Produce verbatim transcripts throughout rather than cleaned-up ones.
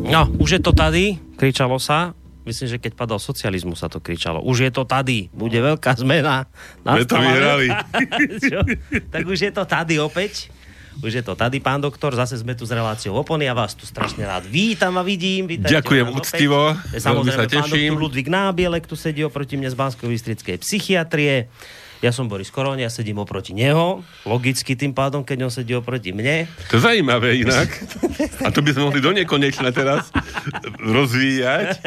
No, už je to tady, kričalo sa. Myslím, že keď padal socializmus, sa to kričalo. Už je to tady, bude veľká zmena. My to vyhrali. Tak už je to tady opäť. Už je to tady, pán doktor, zase sme tu s reláciou Opony a vás tu strašne rád vítam a vidím. Vítajte. Ďakujem úctivo, veľmi sa teším. Pán doktor Ludvík Nábielek tu sedí oproti mne z Banskobystrickej psychiatrie. Ja som Boris Koroni, ja sedím oproti neho. Logicky tým pádom, keď on sedí oproti mne. To je zaujímavé inak. A to by sme mohli do nekonečna teraz rozvíjať.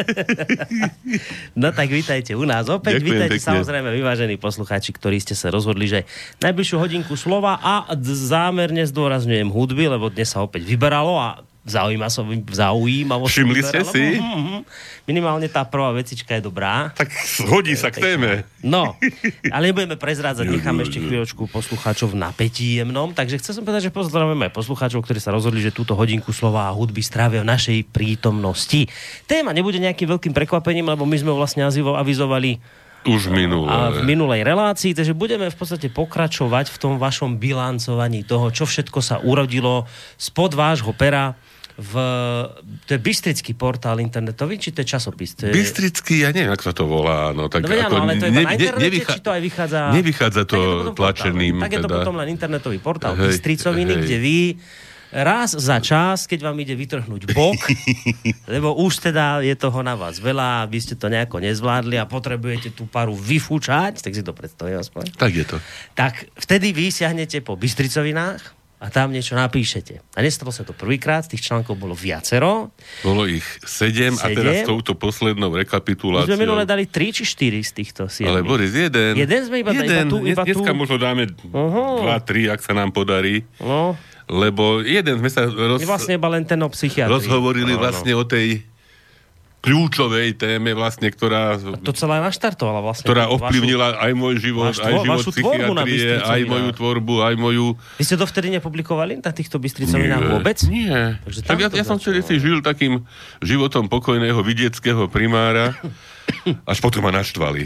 No tak vítajte u nás opäť. Ďakujem vítajte pekne. Samozrejme vyvážení poslucháči, ktorí ste sa rozhodli, že najbližšiu hodinku slova a zámerne zdôrazňujem hudby, lebo dnes sa opäť vyberalo a zaujíma sa, zaujímavo sa Všimli vyberalo. ste si? Mm-hmm. Minimálne tá prvá vecička je dobrá. Tak hodí sa k téme. No, ale nebudeme prezrádzať, necháme ešte chvíľočku poslucháčov v napätí jemnom, takže chcem som povedať, že pozdravujeme aj poslucháčov, ktorí sa rozhodli, že túto hodinku slova a hudby strávia v našej prítomnosti. Téma nebude nejakým veľkým prekvapením, lebo my sme ho vlastne avizovali už minulé. A v minulej relácii, takže budeme v podstate pokračovať v tom vašom bilancovaní toho, čo všetko sa urodilo spod vášho pera v... To je Bystrický portál internetový, či to je časopis? To je... Bystrický, ja neviem, ako sa to volá. No, tak no, ako, ale to je ne, na internete, ne, nevychá... či to aj vychádza... Nevychádza to, to tlačeným. Tak je to teda. potom len internetový portál hej, Bystricoviny, hej. kde vy raz za čas, keď vám ide vytrhnúť bok, lebo už teda je toho na vás veľa, aby ste to nejako nezvládli a potrebujete tú paru vyfúčať, tak si to predstavím aspoň. Tak je to. Tak vtedy vy siahnete po Bystricovinách a tam niečo napíšete. A nestalo sa to prvýkrát, tých článkov bolo viacero. Bolo ich sedem, sedem. A teraz s touto poslednou rekapituláciou. My sme minule dali tri či štyri z týchto siedmých. Ale Boris, jeden. Jeden sme iba, jeden. iba tu, iba tu. Dneska možno dáme uh-huh. dva, tri, ak sa nám podarí. No. Lebo jeden sme sa roz... vlastne iba len ten o psychiatrii. rozhovorili no, vlastne no. o tej kľúčovej téme vlastne, ktorá... A to celé naštartovala vlastne. Ktorá ovplyvnila aj môj život, tvo- aj život psychiatrie, aj moju tvorbu, aj moju... Vy ste dovtedy nepublikovali na týchto Bystricovinách vôbec? Nie. Takže tak ja, ja som vtedy si žil takým životom pokojného vidieckého primára, až potom ma naštvali.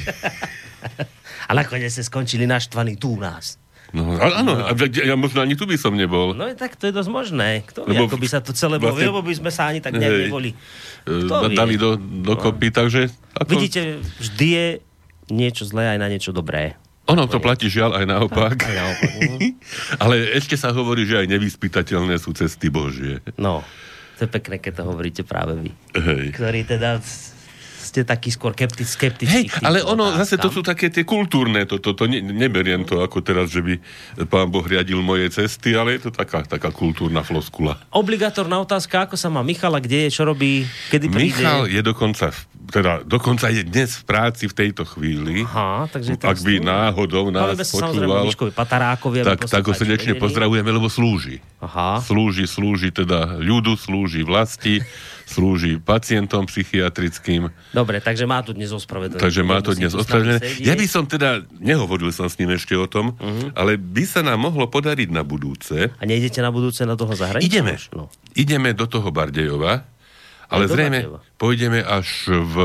A nakoniec ste skončili naštvaní tu u nás. No, áno, no. Ja možno ani tu by som nebol. No tak to je dosť možné. Kto vie, Lebo ako by sa to celé bolo, vlastne, lebo by sme sa ani tak nejak neboli. Kto vie? Dali do, dokopy, no. takže... Ako... Vidíte, vždy je niečo zlé aj na niečo dobré. Ono to platí žiaľ aj naopak. Aj naopak. Ale ešte sa hovorí, že aj nevyspytateľné sú cesty Božie. No, to je pekné, keď to hovoríte práve vy. Hej. Ktorí teda... ste taký skôr skeptic, skeptický. Hej, ale ono, otázkam. Zase to sú také tie kultúrne, to, to, to ne, neberiem to ako teraz, že by Pán Boh riadil moje cesty, ale je to taká, taká kultúrna floskula. Obligatórna otázka, ako sa má Michal a kde je, čo robí, kedy príde? Michal je dokonca, teda dokonca je dnes v práci v tejto chvíli. Aha, takže... Ak by náhodou nás počúval, tak, tak ho srdečne pozdravujeme, lebo slúži. Aha. Slúži, slúži teda ľudu, slúži vlasti, slúži pacientom psychiatrickým. Dobre, takže má tu dnes ospravedlenie. Takže má to dnes ospravedlenie. Ja by som teda, nehovoril som s ním ešte o tom, uh-huh. ale by sa nám mohlo podariť na budúce. A nejdete na budúce na toho zahraničia? Ideme. No. Ideme do toho Bardejova, ale zrejme Bardejova. Pôjdeme až v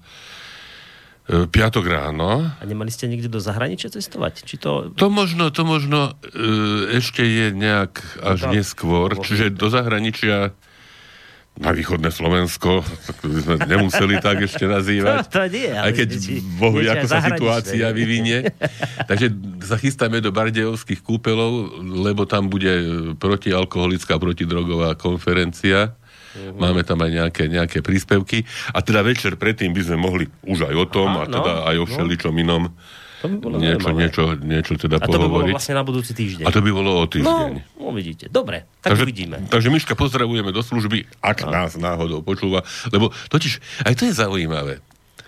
e, piatok ráno. A nemali ste nikde do zahraničia cestovať? Či to... To možno, to možno e, ešte je nejak až no, neskôr, čiže do zahraničia na východné Slovensko, tak by sme nemuseli tak ešte nazývať. To, to nie, ale aj keď Bohu, ako sa situácia vyvinie. Takže sa chystáme do bardejovských kúpeľov, lebo tam bude protialkoholická, protidrogová konferencia. Uh-huh. Máme tam aj nejaké, nejaké príspevky. A teda večer predtým by sme mohli už aj o tom, Aha, a teda no, aj o všeličom no. inom to by bolo niečo, niečo, niečo teda a to pohovoriť. by bolo vlastne na budúci týždeň. A to by bolo o týždeň. No, uvidíte. Dobre, tak takže, uvidíme. Takže Miška, pozdravujeme do služby, ak a. nás náhodou počúva. Lebo totiž, aj to je zaujímavé,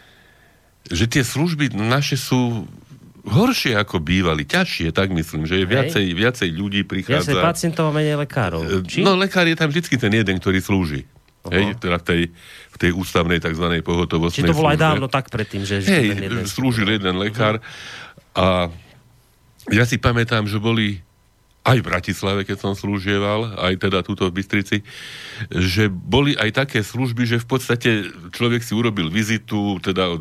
že tie služby naše sú horšie ako bývali, ťažšie, tak myslím, že je viacej, viacej ľudí prichádza. Viacej pacientov a menej lekárov. Či? No, lekár je tam vždycky ten jeden, ktorý slúži. Hej, teda v tej, v tej ústavnej takzvanej pohotovostnej službe. Či to bolo aj dávno tak predtým, že... Hej, jeden slúžil jeden lekár a ja si pamätám, že boli aj v Bratislave, keď som slúžieval, aj teda túto v Bystrici, že boli aj také služby, že v podstate človek si urobil vizitu, teda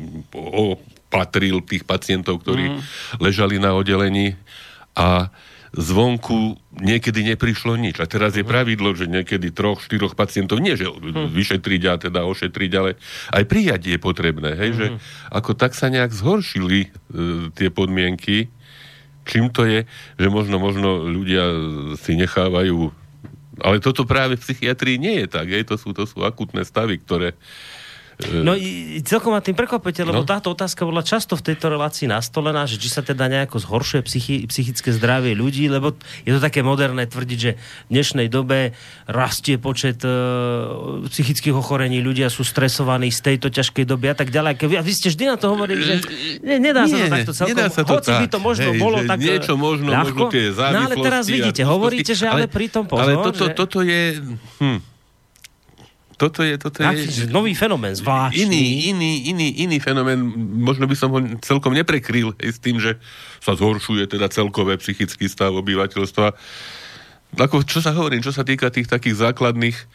opatril tých pacientov, ktorí mm. ležali na oddelení a zvonku niekedy neprišlo nič. A teraz je pravidlo, že niekedy troch, štyroch pacientov, nie že vyšetriť a teda ošetriť, ale aj prijať je potrebné. Hej, že ako tak sa nejak zhoršili e, tie podmienky, čím to je, že možno, možno ľudia si nechávajú, ale toto práve v psychiatrii nie je tak. Hej, to sú, to sú akútne stavy, ktoré No i celkom ma tým prekvapujete, lebo no. táto otázka bola často v tejto relácii nastolená, že či sa teda nejako zhoršuje psychi, psychické zdravie ľudí, lebo je to také moderné tvrdiť, že v dnešnej dobe rastie počet e, psychických ochorení, ľudia sú stresovaní z tejto ťažkej doby a tak ďalej. A vy ste vždy na to hovorili, že ne, nedá nie, sa to takto celkom. Nedá sa to hoci tak. by to možno Hej, bolo tak niečo možno, ľahko. možno tie závislosti. No ale teraz vidíte, hovoríte, že ale, ale pri tom pozor. Ale toto, že... toto je... Hm. Toto je, toto je... Nový fenomén, zvláštny. Iný, iný, iný, iný fenomén. Možno by som ho celkom neprekryl s tým, že sa zhoršuje teda celkové psychický stav obyvateľstva. Ako, čo sa hovorím, čo sa týka tých takých základných e,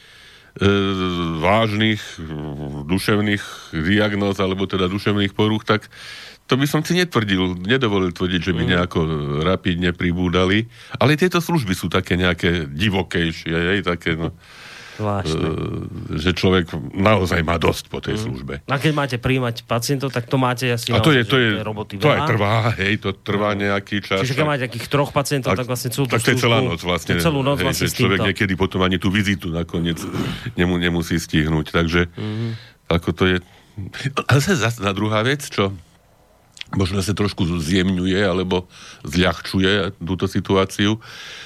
vážnych duševných diagnóz alebo teda duševných poruch, tak to by som si netvrdil, nedovolil tvrdiť, že by nejako rapidne pribúdali. Ale tieto služby sú také nejaké divokejšie, aj také, no... Zvláštne. Že človek naozaj má dosť po tej mm. službe. A keď máte prijímať pacientov, tak to máte asi a to je, to je, roboty to aj trvá, hej, to trvá nejaký čas. Čiže keď máte takých troch pacientov, tak, tak vlastne celú tak to je celá noc vlastne. Celú noc hej, vlastne že človek týmto. Niekedy potom ani tú vizitu nakoniec nemu, nemusí stihnúť. Takže mm. ako to je... Ale zase na druhá vec, čo možno sa trošku zjemňuje alebo zľahčuje túto situáciu,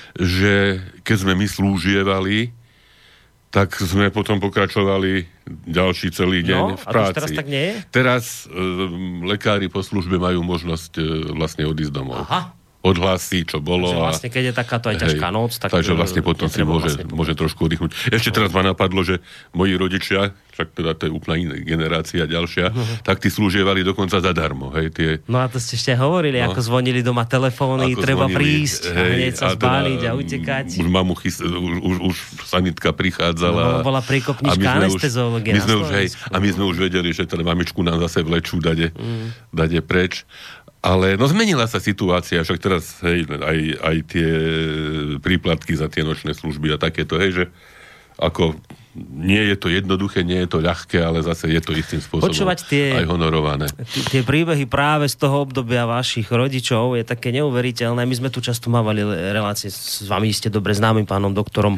že keď sme my slúžievali, tak sme potom pokračovali ďalší celý deň no, v práci. A teraz tak nie je? Teraz e, lekári po službe majú možnosť e, vlastne odísť domov. Aha. Odhlási, čo bolo. Takže vlastne, keď je takáto aj ťažká hej, noc, tak... Takže vlastne potom si môže, vlastne môže trošku oddychnúť. Ešte teraz ma napadlo, že moji rodičia, však teda to je úplná iná generácia ďalšia, uh-huh. tak tí slúžievali dokonca zadarmo. Hej, tie... No a to ste ešte hovorili, no. ako zvonili doma telefóny, ako treba zvonili, prísť, hej, hneď sa zbáliť a, teda, a utekať. Už mamu chys, už, už, už sanitka prichádzala. No, bola priekopnička anesteziológia. A my sme už vedeli, že teda mamičku nám zase vlečú, dade, mm. dade preč. Ale no zmenila sa situácia, však teraz hej, aj, aj tie príplatky za tie nočné služby a takéto, hej, že ako nie je to jednoduché, nie je to ľahké, ale zase je to istým spôsobom tie, aj honorované. Tie príbehy práve z toho obdobia vašich rodičov je také neuveriteľné. My sme tu často mávali relácie s vami, ste dobre známym pánom doktorom.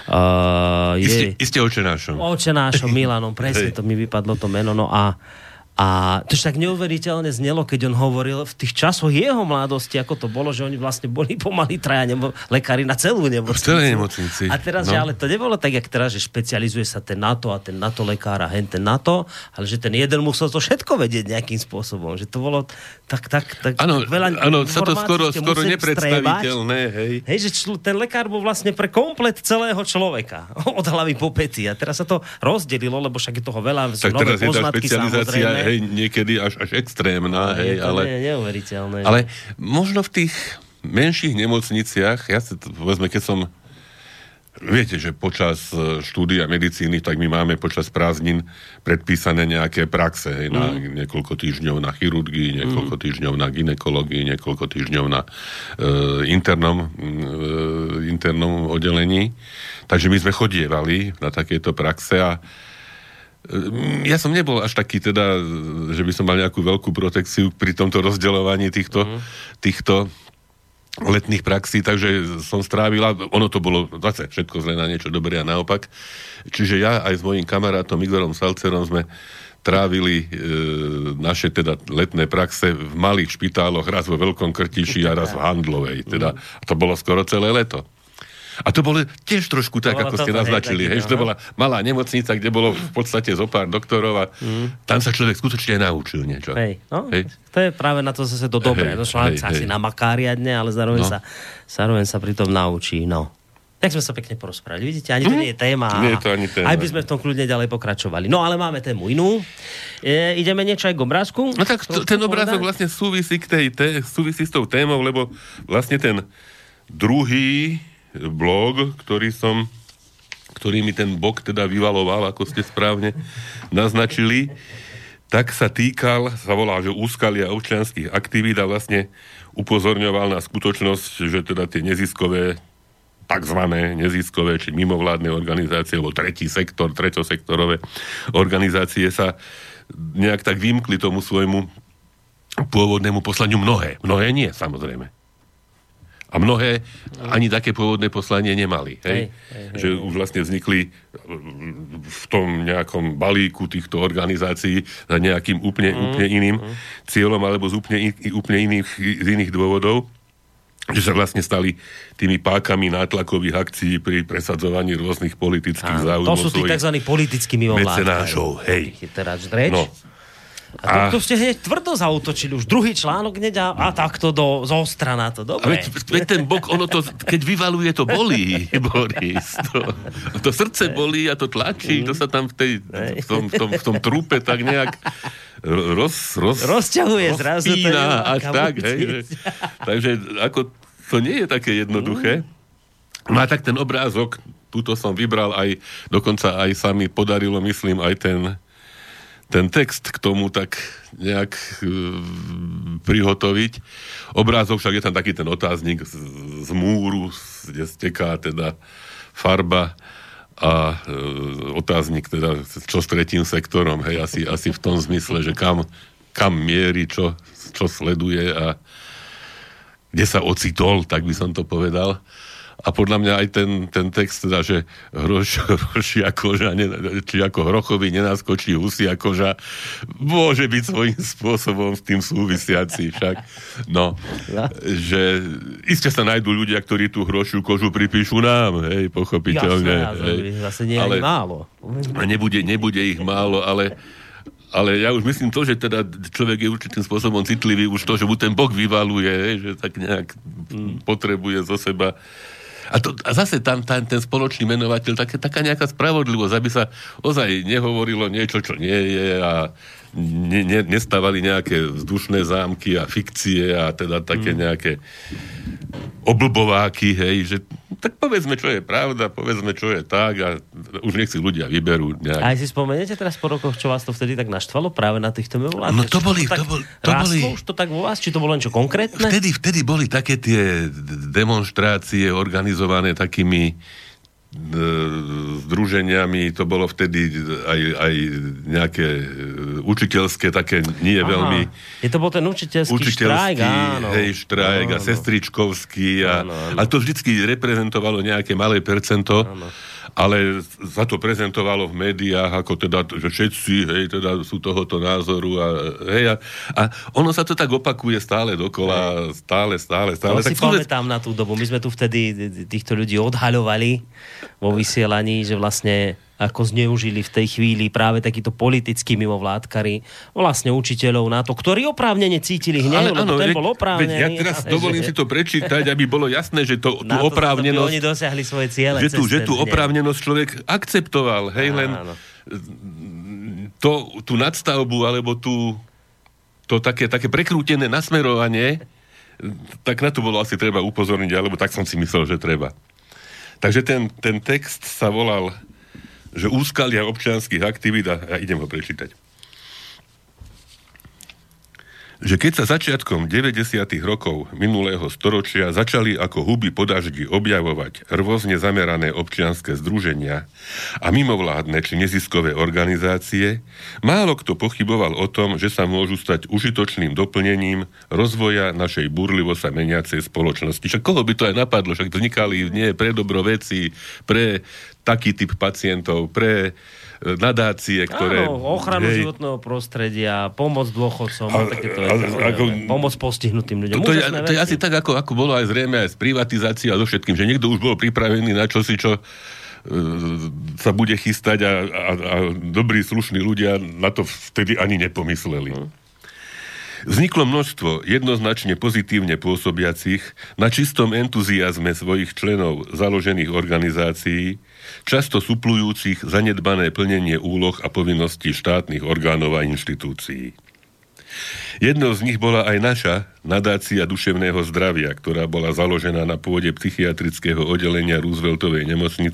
Uh, je, iste, iste Očenášom. Očenášom Milanom, presne to mi vypadlo to meno. No a A to tak neuveriteľne znelo, keď on hovoril v tých časoch jeho mladosti, ako to bolo, že oni vlastne boli pomaly traja nebo, lekári na celú nemocnicu. Celej nemocnici. A teraz, no. že ale to nebolo tak, jak teraz, že špecializuje sa ten na to a ten na to lekár a hen ten na to, ale že ten jeden musel to všetko vedieť nejakým spôsobom. Že to bolo tak, tak, tak ano, veľa Áno, sa to skoro, skoro nepredstaviteľné. Hej. hej, že čl- ten lekár bol vlastne pre komplet celého človeka. Od hlavy po pety. A teraz sa to rozdelilo, lebo však je toho veľa. Tak teraz je tá špecializácia hej, niekedy až, až extrémna, hej, je to ale... neuveriteľné. Ale možno v tých menších nemocniciach, ja si to, povedzme, keď som... Viete, že počas štúdia medicíny, tak my máme počas prázdnin predpísané nejaké praxe, hej, mm. na niekoľko týždňov na chirurgii, niekoľko mm. týždňov na gynekológii, niekoľko týždňov na uh, internom, uh, internom oddelení. Takže my sme chodievali na takéto praxe a ja som nebol až taký teda, že by som mal nejakú veľkú protekciu pri tomto rozdeľovaní týchto, mm. týchto letných praxí, takže som strávila, ono to bolo zase všetko zle na niečo dobré a naopak. Čiže ja aj s mojím kamarátom Igorom Salcerom sme trávili e, naše teda letné praxe v malých špitáloch, raz vo Veľkom Krtiši a raz v Handlovej. Teda, a to bolo skoro celé leto. A to bolo tiež trošku tak, ako ste naznačili. Hej, že to bola malá nemocnica, kde bolo v podstate zo pár doktorov a mm. tam sa človek skutočne naučil niečo. Hej, no, hej. To je práve na to zase to dobré. Hej, to človek sa asi namaká riadne, ale zároveň, no. sa, zároveň sa pri tom naučí. No. Tak sme sa pekne porozprávali. Vidíte, ani to nie je téma. Nie je to ani téma. Aj by sme v tom kľudne ďalej pokračovali. No, ale máme tému inú. E, ideme niečo aj k obrázku? No tak to, ten obrázok vlastne súvisí, k tej, té, súvisí s tou témou, lebo vlastne ten druhý blog, ktorý som, ktorý mi ten bok teda vyvaloval, ako ste správne naznačili, tak sa týkal, sa volá, že úskalia občianskych aktivít a vlastne upozorňoval na skutočnosť, že teda tie neziskové, takzvané neziskové, či mimovládne organizácie, alebo tretí sektor, treťosektorové organizácie sa nejak tak vymkli tomu svojmu pôvodnému poslaniu. Mnohé. Mnohé nie, samozrejme. A mnohé ani také pôvodné poslanie nemali. Hej? Hej, hej, hej. Že už vlastne vznikli v tom nejakom balíku týchto organizácií za nejakým úplne, mm, úplne iným mm. cieľom alebo z úplne, úplne iných, z iných dôvodov, že sa vlastne stali tými pákami nátlakových akcií pri presadzovaní rôznych politických záujmov. To sú tí tzv. Politickí mimovládky. Mecenášov, hej. Teraz reč. No. A to, to ste hneď tvrdo zautočili. Už druhý článok hneď a, a takto do, zo strana to. Dobre. Veď ten bok, ono to, keď vyvaluje, to bolí, Boris. To, to srdce bolí a to tlačí. To sa tam v, tej, v, tom, v, tom, v tom trúpe tak nejak roz, roz, rozťahuje zrazu. Rozpína až tak. Hej, takže ako to nie je také jednoduché. No a tak ten obrázok, túto som vybral aj, dokonca aj sa mi podarilo, myslím, aj ten ten text k tomu tak nejak e, prihotoviť. Obrázok, však je tam taký ten otáznik z, z múru, kde steká teda farba a e, otáznik teda, čo s tretím sektorom, hej, asi, asi v tom zmysle, že kam, kam mierí, čo, čo sleduje a kde sa ocitol, tak by som to povedal. A podľa mňa aj ten, ten text, teda, že hroš, hrošia koža, ne, či ako hrochovi nenaskočí husia koža, môže byť svojím spôsobom s tým súvisiaci však. No, no. Že iste sa nájdú ľudia, ktorí tú hrošiu kožu pripíšu nám, hej, pochopiteľne. Jasné, hej. Zase nie je ale, málo. Nebude, nebude ich málo, ale Ale ja už myslím to, že teda človek je určitým spôsobom citlivý už to, že mu ten Boh vyvaluje, že tak nejak mm. potrebuje zo seba. A, to, a zase tam, tam ten spoločný menovateľ, tak, taká nejaká spravodlivosť, aby sa ozaj nehovorilo niečo, čo nie je a ne, ne, nestávali nejaké vzdušné zámky a fikcie a teda také nejaké oblbováky, hej, že tak povedzme, čo je pravda, povedzme, čo je tak a už nech si ľudia vyberú nejak. A aj si spomeniete teraz po rokoch, čo vás to vtedy tak naštvalo práve na týchto mimovládkach? No to boli, to, to boli... To boli už to tak vo vás? Či to bolo niečo konkrétne? Vtedy, vtedy boli také tie demonštrácie organizované takými združeniami, to bolo vtedy aj, aj nejaké učiteľské, také nie Aha. veľmi... Je to bol ten učiteľský, učiteľský štrajk, áno. Hej, štrajk áno, a sestričkovský a, áno, áno. a to vždycky reprezentovalo nejaké malé percento, áno. ale sa to prezentovalo v médiách ako teda, že všetci, hej, teda sú tohoto názoru a hej, a, a ono sa to tak opakuje stále dokola, hej. stále, stále, stále. To tak si pamätám na tú dobu, my sme tu vtedy týchto ľudí odhaľovali vo vysielaní, že vlastne ako zneužili v tej chvíli práve takíto politickí mimovládkari vlastne učiteľov na to, ktorí oprávnene cítili hnev, lebo ten bol oprávnený. Ja teraz ale, dovolím že... si to prečítať, aby bolo jasné, že to, tú oprávnenosť... Oni dosiahli svoje ciele. Že tú, že tú oprávnenosť človek akceptoval, hej, len to, tú nadstavbu, alebo tú, to také, také prekrútené nasmerovanie, tak na to bolo asi treba upozorniť, alebo tak som si myslel, že treba. Takže ten, ten text sa volal, že úskalia občianskych aktivít, a ja idem ho prečítať. Že keď sa začiatkom deväťdesiatych rokov minulého storočia začali ako huby po daždi objavovať rôzne zamerané občianske združenia a mimovládne či neziskové organizácie, málo kto pochyboval o tom, že sa môžu stať užitočným doplnením rozvoja našej burlivo sa meniacej spoločnosti. Však koho by to aj napadlo? Však vznikali nie pre dobro veci, pre taký typ pacientov, pre nadácie, ktoré... Áno, ochranu hej, životného prostredia, pomoc dôchodcom, a, takéto a, ako, pomoc postihnutým ľuďom. To, to, je, to je asi tak, ako, ako bolo aj zrejme aj s privatizáciou a so všetkým, že niekto už bol pripravený na čosi, čo uh, sa bude chystať a, a, a dobrí, slušní ľudia na to vtedy ani nepomysleli. Hmm. Vzniklo množstvo jednoznačne pozitívne pôsobiacich na čistom entuziazme svojich členov založených organizácií, často suplujúcich zanedbané plnenie úloh a povinností štátnych orgánov a inštitúcií. Jednou z nich bola aj naša nadácia duševného zdravia, ktorá bola založená na pôde psychiatrického oddelenia Rooseveltovej nemocnice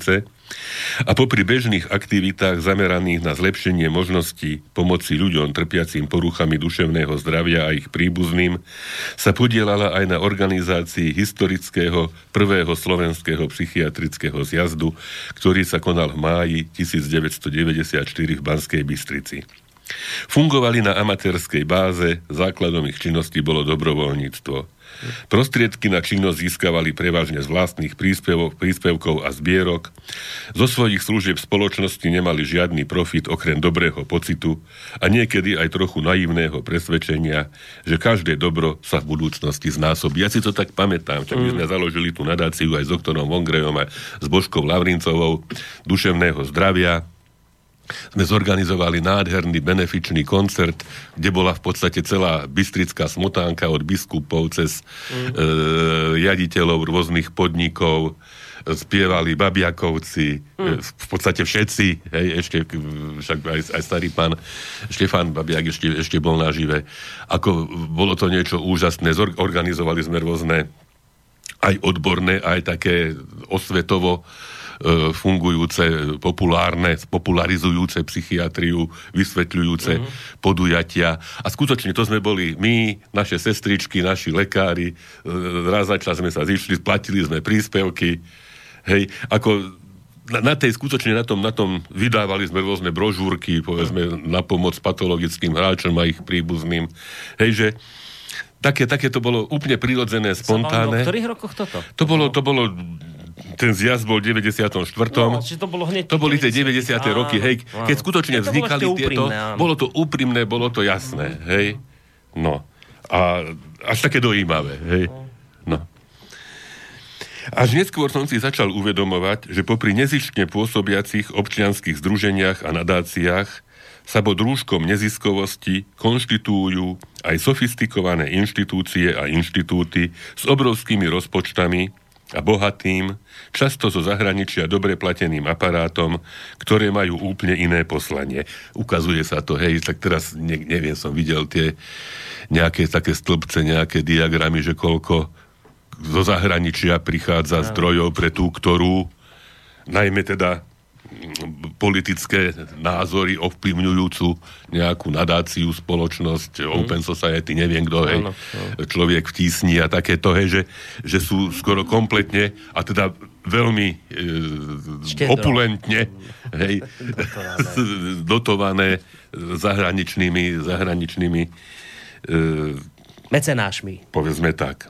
A popri bežných aktivitách zameraných na zlepšenie možností pomoci ľuďom trpiacim poruchami duševného zdravia a ich príbuzným sa podielala aj na organizácii historického prvého slovenského psychiatrického zjazdu, ktorý sa konal v máji devätnásťstodeväťdesiatštyri v Banskej Bystrici. Fungovali na amatérskej báze, základom ich činnosti bolo dobrovoľníctvo. Prostriedky na činnosť získavali prevažne z vlastných príspevok, príspevkov a zbierok. Zo svojich služieb spoločnosti nemali žiadny profit okrem dobrého pocitu a niekedy aj trochu naivného presvedčenia, že každé dobro sa v budúcnosti znásobí. Ja si to tak pamätám, čo my sme založili tú nadáciu aj s doktorom Vongrejom a s Božkou Lavrincovou duševného zdravia. Sme zorganizovali nádherný benefičný koncert, kde bola v podstate celá bystrická smotánka od biskupov cez mm. e, riaditeľov rôznych podnikov, spievali Babiakovci, mm. v podstate všetci, hej, ešte však aj, aj starý pán Štefán Babiak ešte, ešte bol nažive. Ako bolo to niečo úžasné, zorganizovali sme rôzne aj odborné, aj také osvetovo fungujúce, populárne, popularizujúce psychiatriu, vysvetľujúce mm-hmm. podujatia. A skutočne to sme boli my, naše sestričky, naši lekári, raz za čas sme sa zišli, platili sme príspevky. Hej, ako na, na tej, skutočne na tom, na tom vydávali sme rôzne brožúrky, povedzme, na pomoc patologickým hráčom a ich príbuzným. Hej, že také, také to bolo úplne prirodzené, spontánne. V ktorých rokoch toto? To bolo, to bolo ten zjazd bol v deväťdesiatom štvrtom No, to bolo hneď... To boli tie deväťdesiate roky, hej. Keď skutočne to vznikali tieto... Úprimné, bolo to úprimné, bolo to jasné, hej. No. A až také dojímavé, hej. No. Až neskôr som si začal uvedomovať, že popri nezištne pôsobiacich občianskych združeniach a nadáciách sa pod rúškom neziskovosti konštitujú aj sofistikované inštitúcie a inštitúty s obrovskými rozpočtami a bohatým, často zo zahraničia dobre plateným aparátom, ktoré majú úplne iné poslanie. Ukazuje sa to, hej, tak teraz ne, neviem, som videl tie nejaké také stĺpce, nejaké diagramy, že koľko zo zahraničia prichádza ja. zdrojov pre tú, ktorú najmä teda politické názory ovplyvňujúcu nejakú nadáciu, spoločnosť, mm. Open Society, neviem kto, hej, no, no. Človek v tísni a takéto, hej, že, že sú skoro kompletne a teda veľmi e, opulentne, hej, dotované, dotované zahraničnými, zahraničnými e, mecenášmi. Povedzme tak.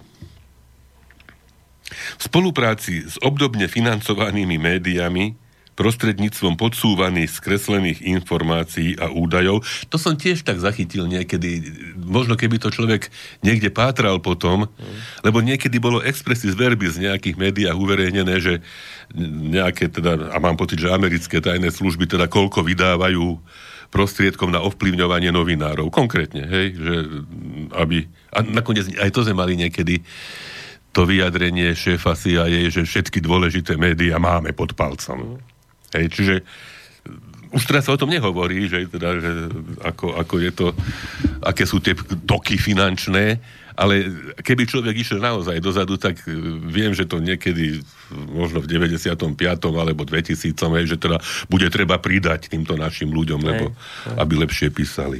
V spolupráci s obdobne financovanými médiami prostredníctvom podsúvaných skreslených informácií a údajov. To som tiež tak zachytil niekedy, možno keby to človek niekde pátral potom, mm. lebo niekedy bolo expressis verbis z nejakých médiách uverejnené, že nejaké teda, a mám pocit, že americké tajné služby teda koľko vydávajú prostriedkom na ovplyvňovanie novinárov. Konkrétne, hej, že aby, a nakoniec aj to sme mali niekedy to vyjadrenie šéfa C I A, že všetky dôležité médiá máme pod palcom. Mm. Hej, čiže už teraz sa o tom nehovorí, že, teda, že ako, ako je to, aké sú tie toky finančné, ale keby človek išiel naozaj dozadu, tak viem, že to niekedy možno v deväťdesiatom piatom alebo dvetisícom hej, že teda bude treba pridať týmto našim ľuďom, lebo aby lepšie písali.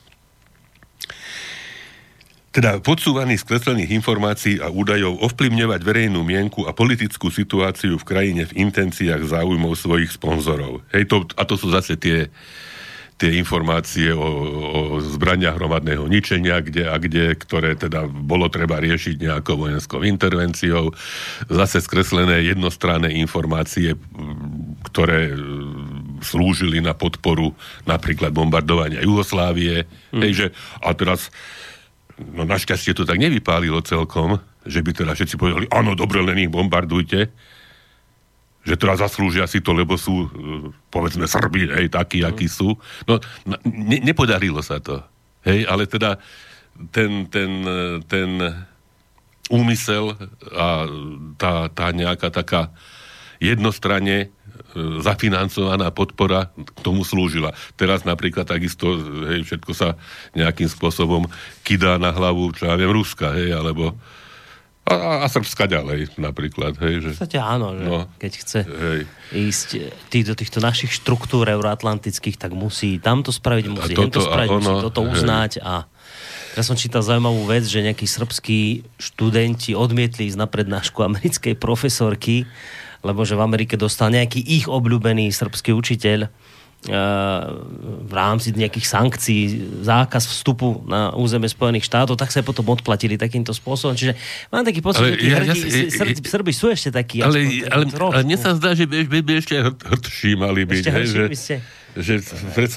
Teda podsúvaných skreslených informácií a údajov ovplyvňovať verejnú mienku a politickú situáciu v krajine v intenciách záujmov svojich sponzorov. Hej, to, a to sú zase tie, tie informácie o, o zbraniach hromadného ničenia, kde a kde, ktoré teda bolo treba riešiť nejakou vojenskou intervenciou. Zase skreslené jednostranné informácie, ktoré slúžili na podporu napríklad bombardovania Juhoslávie. Mm. Hej, že, a teraz no našťastie to tak nevypálilo celkom, že by teda všetci povedali, áno, dobre, len ich bombardujte, že teda zaslúžia si to, lebo sú, povedzme, Srbi, hej, takí, mm. akí sú. No, ne, nepodarilo sa to, hej, ale teda ten, ten, ten úmysel a tá, tá nejaká taká jednostranne zafinancovaná podpora k tomu slúžila. Teraz napríklad takisto, hej, všetko sa nejakým spôsobom kydá na hlavu, čo ja viem, Ruska, hej, alebo A, a Srbska ďalej, napríklad. Hej, že... V podstate áno, že no, keď chce hej. ísť tý, do týchto našich štruktúr euroatlantických, tak musí tamto spraviť, musí toto, hento spraviť, ono, musí toto hej. uznať. A ja som čítal zaujímavú vec, že nejakí srbskí študenti odmietli ísť na prednášku americkej profesorky, lebo že v Amerike dostal nejaký ich obľúbený srbský učiteľ v rámci nejakých sankcií, zákaz vstupu na územie Spojených štátov, tak sa potom odplatili takýmto spôsobom. Čiže mám taký pocit, ale že tí ja, hrdí, ja, Srbi, Srbi sú ešte takí. Ale, ale, ale mne sa zdá, že by, by, by ešte hrd, hrdší mali byť. Ešte hej, hrdší že, by ste? Že predsa...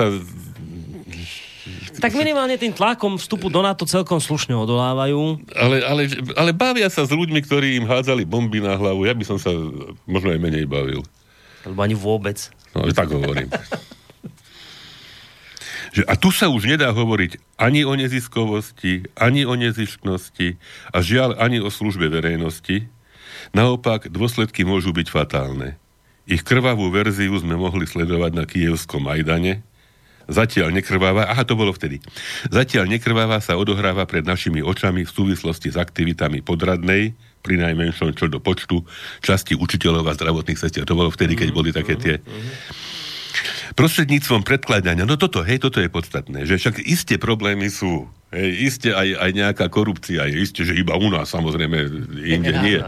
Tak minimálne tým tlakom vstupu do NATO celkom slušne odolávajú. Ale, ale, ale bavia sa s ľuďmi, ktorí im hádzali bomby na hlavu. Ja by som sa možno aj menej bavil. Alebo ani vôbec. No, tak hovorím. Že, a tu sa už nedá hovoriť ani o neziskovosti, ani o nezištnosti a žiaľ ani o službe verejnosti. Naopak, dôsledky môžu byť fatálne. Ich krvavú verziu sme mohli sledovať na Kyjevskom Majdane. Zatiaľ nekrváva, aha, to bolo vtedy. Zatiaľ nekrváva sa odohráva pred našimi očami v súvislosti s aktivitami podradnej, pri najmenšom čo do počtu, časti učiteľov a zdravotných sestier. To bolo vtedy, keď boli také tie... Prostredníctvom predkladania, no toto, hej, toto je podstatné, že však isté problémy sú, hej, isté aj, aj nejaká korupcia, je isté, že iba u nás, samozrejme, inde nie.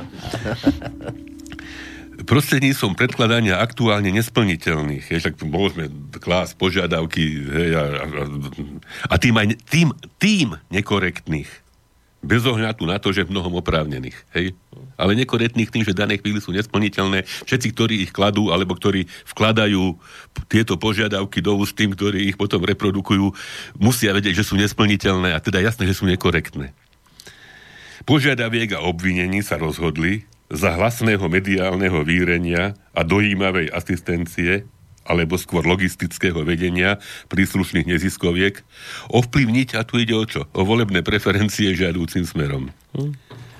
Prostredníctvom predkladania aktuálne nesplniteľných, hej, však môžeme klásť požiadavky, hej, a, a, a tým aj tým, tým nekorektných, bez ohľadu na to, že mnohom oprávnených, hej, ale nekorektných tým, že dané chvíli sú nesplniteľné. Všetci, ktorí ich kladú, alebo ktorí vkladajú tieto požiadavky do úst tým, ktorí ich potom reprodukujú, musia vedieť, že sú nesplniteľné a teda jasné, že sú nekorektné. Požiadaviek a obvinení sa rozhodli za hlasného mediálneho výrenia a dojímavej asistencie alebo skôr logistického vedenia príslušných neziskoviek ovplyvniť, a tu ide o čo? O volebné preferencie žiadúcim smerom. Hm.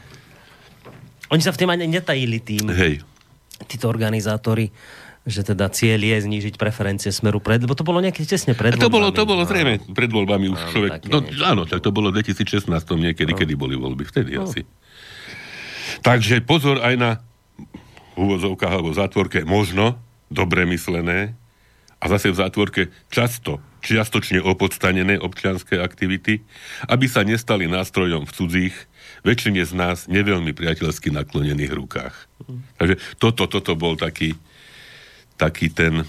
Oni sa v tým ani netajili tým, hej, títo organizátori, že teda cieľ je znížiť preferencie smeru pred, lebo to bolo nejaké tesne pred voľbami. To bolo, to bolo zrejme pred voľbami už áno, človek... No, áno, tak to bolo v dvetisícšestnásť niekedy, no. Kedy boli voľby, vtedy no. asi. Takže pozor aj na úvodzovkách alebo zátvorke možno dobre myslené a zase v zátvorke často, čiastočne opodstanené občianske aktivity, aby sa nestali nástrojom v cudzích, väčšine z nás neveľmi priateľsky naklonených rukách. Mm. Takže toto, toto bol taký taký ten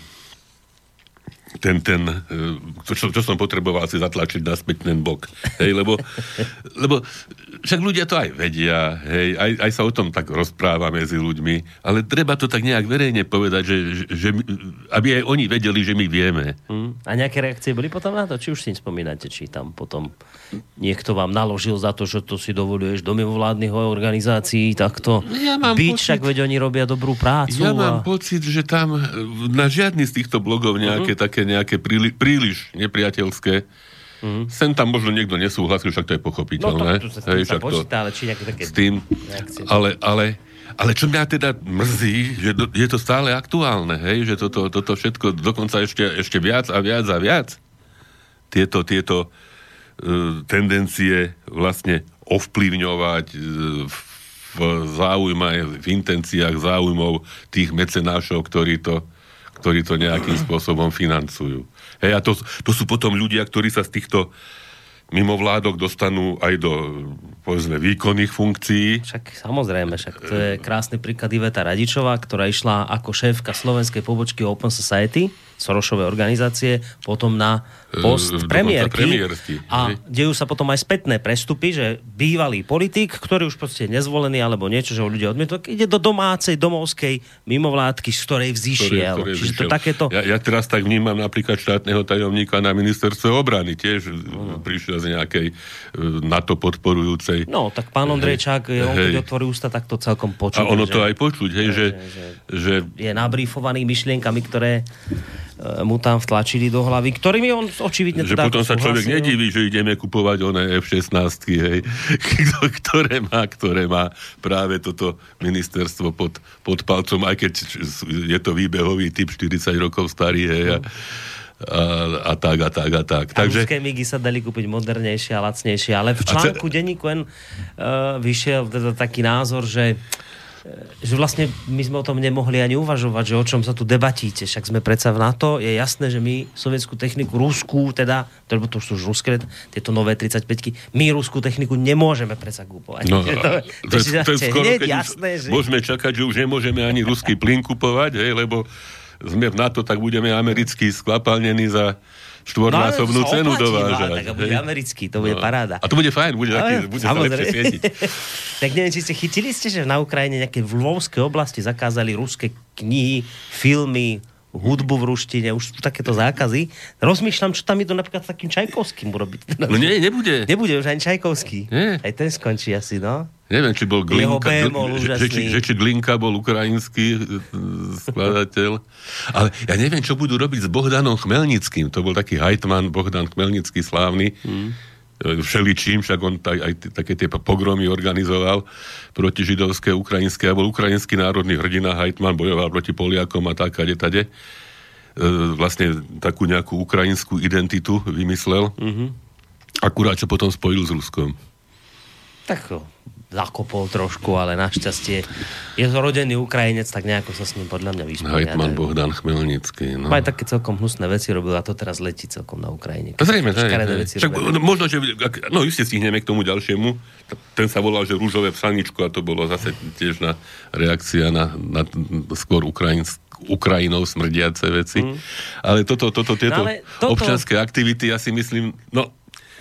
ten, ten čo, čo som potreboval si zatlačiť naspäť ten bok. Hej, lebo, lebo však ľudia to aj vedia, hej, aj, aj sa o tom tak rozpráva medzi ľuďmi, ale treba to tak nejak verejne povedať, že, že aby aj oni vedeli, že my vieme. Hmm. A nejaké reakcie boli potom na to? Či už si spomínate, či tam potom niekto vám naložil za to, že to si dovoluješ do mimovládnych organizácií, takto ja byť, pocit, však veď oni robia dobrú prácu. Ja a... mám pocit, že tam na žiadny z týchto blogov nejaké uh-huh. také nejaké príli, príliš nepriateľské. Mm. Sem tam možno niekto nesúhlasil, však to je pochopiteľné. No to, to sa, hej, sa počíta, ale či nejaké také... S tým, ale, ale, ale čo mňa teda mrzí, že do, je to stále aktuálne, hej, že toto, toto všetko dokonca ešte, ešte viac a viac a viac tieto, tieto uh, tendencie vlastne ovplyvňovať uh, v záujme, v intenciách záujmov tých mecenášov, ktorí to ktorí to nejakým spôsobom financujú. Hej, a to, to sú potom ľudia, ktorí sa z týchto mimovládok dostanú aj do, povedzme, výkonných funkcií. Však samozrejme, však to je krásny príklad Iveta Radičová, ktorá išla ako šéfka slovenskej pobočky Open Society, Sorosovej organizácie, potom na post e, premiérky. A dejú sa potom aj spätné prestupy, že bývalý politik, ktorý už proste nezvolený alebo niečo, že ho ľudia odmietli, ide do domácej, domovskej mimovládky, z ktorej vzýšiel. Ktoré, ktoré Čiže to takéto... Ja, ja teraz tak vnímam napríklad štátneho tajomníka na ministerstve obrany, tiež no. prišiel z nejakej NATO podporujúcej. No, tak pán Ondrejčák, hej, on keď otvorí ústa, tak to celkom počuť. A ono to že, aj počuť, hej, že, že, že... je nabrífovaný myšlienkami, ktoré mu tam vtlačili do hlavy, ktorými on očividne že teda... Že potom sa človek nediví, že ideme kupovať oné ef šestnásť, hej, ktoré má, ktoré má práve toto ministerstvo pod, pod palcom, aj keď je to výbehový typ štyridsať rokov starý, hej, a, a, a tak, a tak, a tak. A Takže... ruské migy sa dali kúpiť modernejšie a lacnejšie, ale v článku ce... denníku N uh, vyšiel teda taký názor, že že vlastne my sme o tom nemohli ani uvažovať, že o čom sa tu debatíte. Však sme predsa v NATO. Je jasné, že my sovietskú techniku, ruskú, teda, to, to sú už ruské, tieto nové tridsaťpäťky, my ruskú techniku nemôžeme predsa kúpovať. No, to, to, to, to je skoro, keď jasné, že... môžeme čakať, že už nemôžeme ani ruský plyn kupovať, hej, lebo sme v NATO, tak budeme americký skvapalnený za štvornásobnú no, cenu dovážať. Tak bude americký, to bude no. paráda. A to bude fajn, bude, no, taký, bude sa lepšie svietiť. Tak neviem, či ste chytili ste, že na Ukrajine nejaké v Lvovskej oblasti zakázali ruské knihy, filmy, hudbu v ruštine, už sú takéto zákazy. Rozmýšľam, čo tam idú napríklad s takým Čajkovským urobiť. No nie, nebude. Nebude už ani Čajkovský. Nie. Aj ten skončí asi, no. Neviem, či bol Glinka, že, že, či, že či Glinka bol ukrajinský skladateľ. Ale ja neviem, čo budú robiť s Bohdanom Chmelnickým. To bol taký hajtman Bohdan Chmelnický slávny. Hmm. Všeličím, však on taj, aj také tie pogromy organizoval proti židovské, ukrajinské. A bol ukrajinský národný hrdina, hajtman, bojoval proti Poliakom a tak, ade, tade. E, vlastne takú nejakú ukrajinskú identitu vymyslel. Hmm. Akurát, čo potom spojil s Ruskom. Tak zakopol trošku, ale našťastie je zrodený Ukrajinec, tak nejako sa s ním podľa mňa vysporiadajú. Hejtman Bohdan Chmelnický. No. Aj také celkom hnusné veci robil a to teraz letí celkom na Ukrajine. Zrejme, Však, možno, že no iste stihneme k tomu ďalšiemu. Ten sa volal, že Rúžové psaničko a to bolo zase tiež na reakcia na, na skôr ukrajinskú Ukrajinou smrdiace veci. Mm. Ale toto, toto, tieto no, toto... občianske aktivity, ja si myslím, no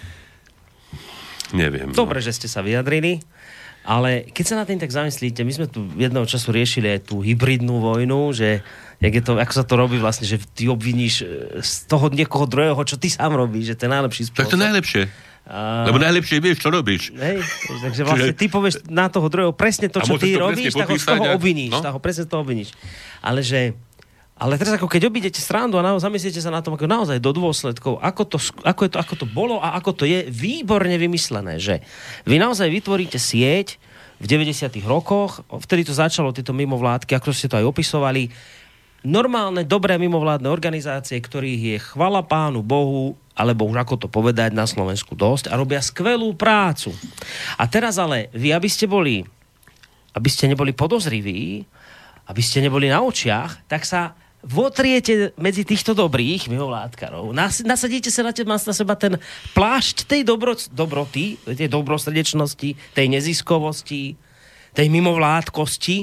neviem. Dobre, no. že ste sa vyjadrili, ale keď sa na tým tak zamyslíte, my sme tu jedného času riešili aj tú hybridnú vojnu, že jak je to, ako sa to robí vlastne, že ty obviníš z toho niekoho druhého, čo ty sám robíš, že to je najlepší spôsob. Tak to najlepšie. A... Lebo najlepšie vieš, čo robíš. Hej, takže vlastne ty povieš na toho druhého presne to, čo ty robíš, tak ho z toho obviníš. No? Tak ho presne z toho obviníš. Ale že Ale teraz ako keď obídete srandu a naozaj zamyslíte sa na tom ako naozaj do dôsledkov, ako to, ako, je to, ako to bolo a ako to je výborne vymyslené, že vy naozaj vytvoríte sieť v deväťdesiatych rokoch, vtedy to začalo, tieto mimovládky, ako ste to aj opisovali, normálne, dobré mimovládne organizácie, ktorých je chvala Pánu Bohu, alebo už ako to povedať na Slovensku dosť a robia skvelú prácu. A teraz ale vy, aby ste boli, aby ste neboli podozriví, aby ste neboli na očiach, tak sa votriete medzi týchto dobrých mimovládkarov. Nas, nasadíte sa na, te, na seba ten plášť tej dobro, dobroty, tej dobrosrdečnosti, tej neziskovosti, tej mimovládkosti,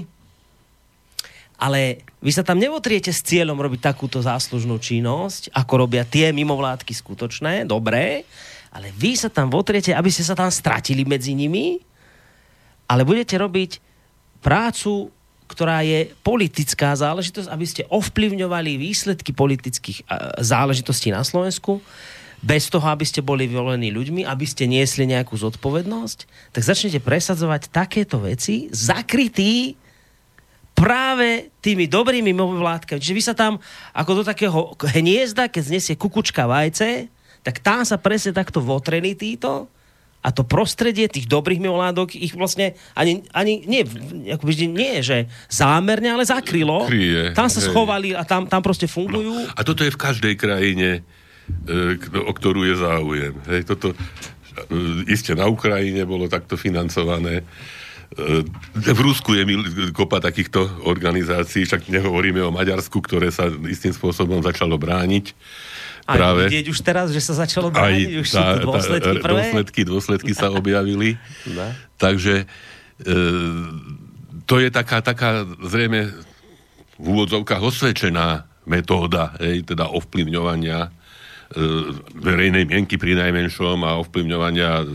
ale vy sa tam nevotriete s cieľom robiť takúto záslužnú činnosť, ako robia tie mimovládky skutočné, dobré, ale vy sa tam votriete, aby ste sa tam stratili medzi nimi, ale budete robiť prácu, ktorá je politická záležitosť, aby ste ovplyvňovali výsledky politických záležitostí na Slovensku, bez toho, aby ste boli volení ľuďmi, aby ste niesli nejakú zodpovednosť, tak začnete presadzovať takéto veci, zakrytí práve tými dobrými mimovládkami. Čiže vy sa tam, ako do takého hniezda, keď znesie kukučka vajce, tak tam sa presne takto votreli títo. A to prostredie tých dobrých mimovládok ich vlastne ani, ani nie, akoby, nie že zámerne, ale zakrylo. Kryje, tam sa hej. schovali a tam, tam proste fungujú. No, a toto je v každej krajine, e, o ktorú je záujem. Hej, toto e, iste na Ukrajine bolo takto financované. E, v Rusku je kopa takýchto organizácií, však nehovoríme o Maďarsku, ktoré sa istým spôsobom začalo brániť. Aj práve vidieť už teraz, že sa začalo brániť, už sú tu dôsledky tá, prvé. Dôsledky, dôsledky sa objavili. No. Takže e, to je taká, taká zrejme v úvodzovkách osvedčená metóda, hej, teda ovplyvňovania e, verejnej mienky pri najmenšom a ovplyvňovania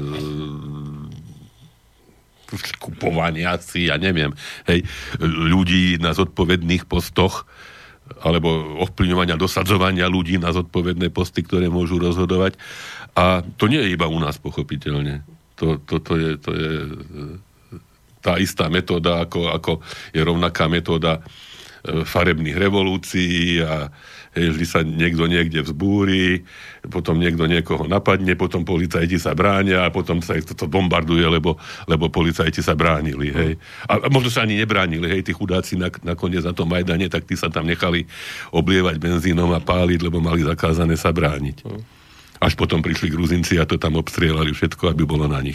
e, kupovania si, ja neviem, hej, ľudí na zodpovedných postoch alebo ovplyvňovania, dosadzovania ľudí na zodpovedné posty, ktoré môžu rozhodovať. A to nie je iba u nás, pochopiteľne. To, to, to, je, to je tá istá metóda, ako, ako je rovnaká metóda farebných revolúcií a Hej, vždy sa niekto niekde vzbúri, potom niekto niekoho napadne, potom policajti sa bránia a potom sa to bombarduje, lebo, lebo policajti sa bránili. Hej. A, a možno sa ani nebránili. Hej, tí chudáci na, nakoniec na tom Majdane, tak tí sa tam nechali oblievať benzínom a páliť, lebo mali zakázané sa brániť. Až potom prišli Gruzinci a to tam obstrieľali všetko, aby bolo na nich.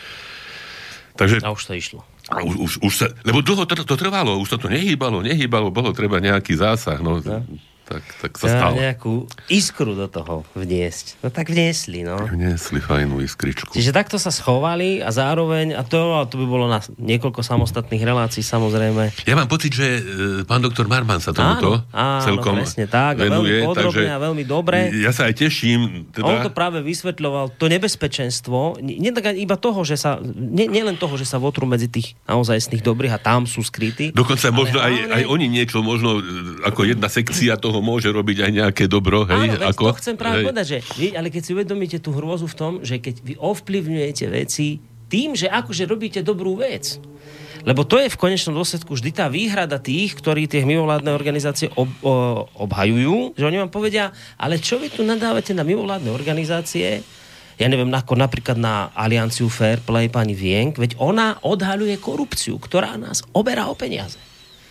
Takže, a už to išlo. A už, už, už sa, lebo dlho to, to trvalo, už sa to nehýbalo, nehýbalo, bolo treba nejaký zásah, no, no. Tak, tak sa stalo. Nejakú iskru do toho vniesť. No tak vniesli, no. Vniesli fajnú iskričku. Čiže takto sa schovali a zároveň, a to, a to by bolo na niekoľko samostatných relácií, samozrejme. Ja mám pocit, že e, pán doktor Marman sa tomuto áno, áno, celkom presne tak, venuje. A veľmi podrobne takže a veľmi dobre. Ja sa aj teším. Teda... On to práve vysvetľoval, to nebezpečenstvo, nie tak iba toho, že sa, nie, nie len toho, že sa votrú medzi tých naozajstných dobrých a tam sú skrytí. Dokonca možno aj, hlavne... aj oni niečo, možno ako jedna sekcia toho môže robiť aj nejaké dobro, hej? Áno, ako? to chcem práve hej. povedať, že vy, ale keď si uvedomíte tú hrôzu v tom, že keď vy ovplyvňujete veci tým, že akože robíte dobrú vec. Lebo to je v konečnom dôsledku vždy tá výhrada tých, ktorí tie mimovládne organizácie ob, o, obhajujú, že oni vám povedia, ale čo vy tu nadávate na mimovládne organizácie, ja neviem, ako napríklad na Alianciu Fair Play pani Vienk, veď ona odhaľuje korupciu, ktorá nás oberá o peniaze.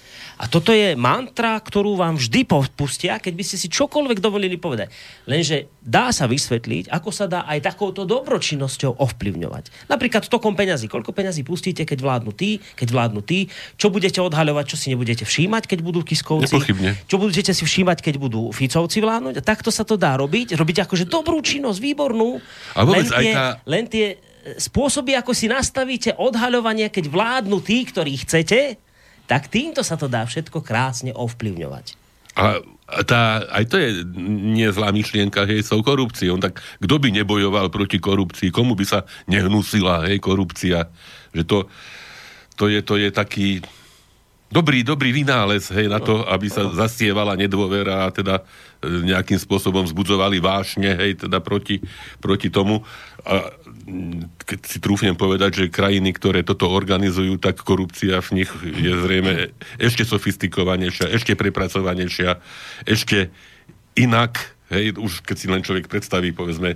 A toto je mantra, ktorú vám vždy pustia, keď by ste si čokoľvek dovolili povedať. Lenže dá sa vysvetliť, ako sa dá aj takouto dobročinnosťou ovplyvňovať. Napríklad tokom peňazí. Koľko peňazí pustíte, keď vládnu tí, keď vládnu tí? Čo budete odhaľovať, čo si nebudete všímať, keď budú Kiskovci? Nepochybne. Čo budete si všímať, keď budú Ficovci vládnuť? A takto sa to dá robiť. Robiť akože dobrú činnosť, výbornú. A vôbec len tie, aj tá... len tie spôsoby, ako si nastavíte odhaľovanie, keď vládnu tí, ktorí chcete, tak týmto sa to dá všetko krásne ovplyvňovať. A tá, aj to je nie zlá myšlienka, hej, s korupciou. Tak kto by nebojoval proti korupcii? Komu by sa nehnusila, hej, korupcia? Že to, to, je, to je taký dobrý, dobrý vynález, hej, na to, aby sa zasievala nedôvera a teda nejakým spôsobom vzbudzovali vášne, hej, teda proti, proti tomu. A keď si trúfnem povedať, že krajiny, ktoré toto organizujú, tak korupcia v nich je zrejme ešte sofistikovanejšia, ešte prepracovanejšia, ešte inak, hej, už keď si len človek predstaví, povedzme,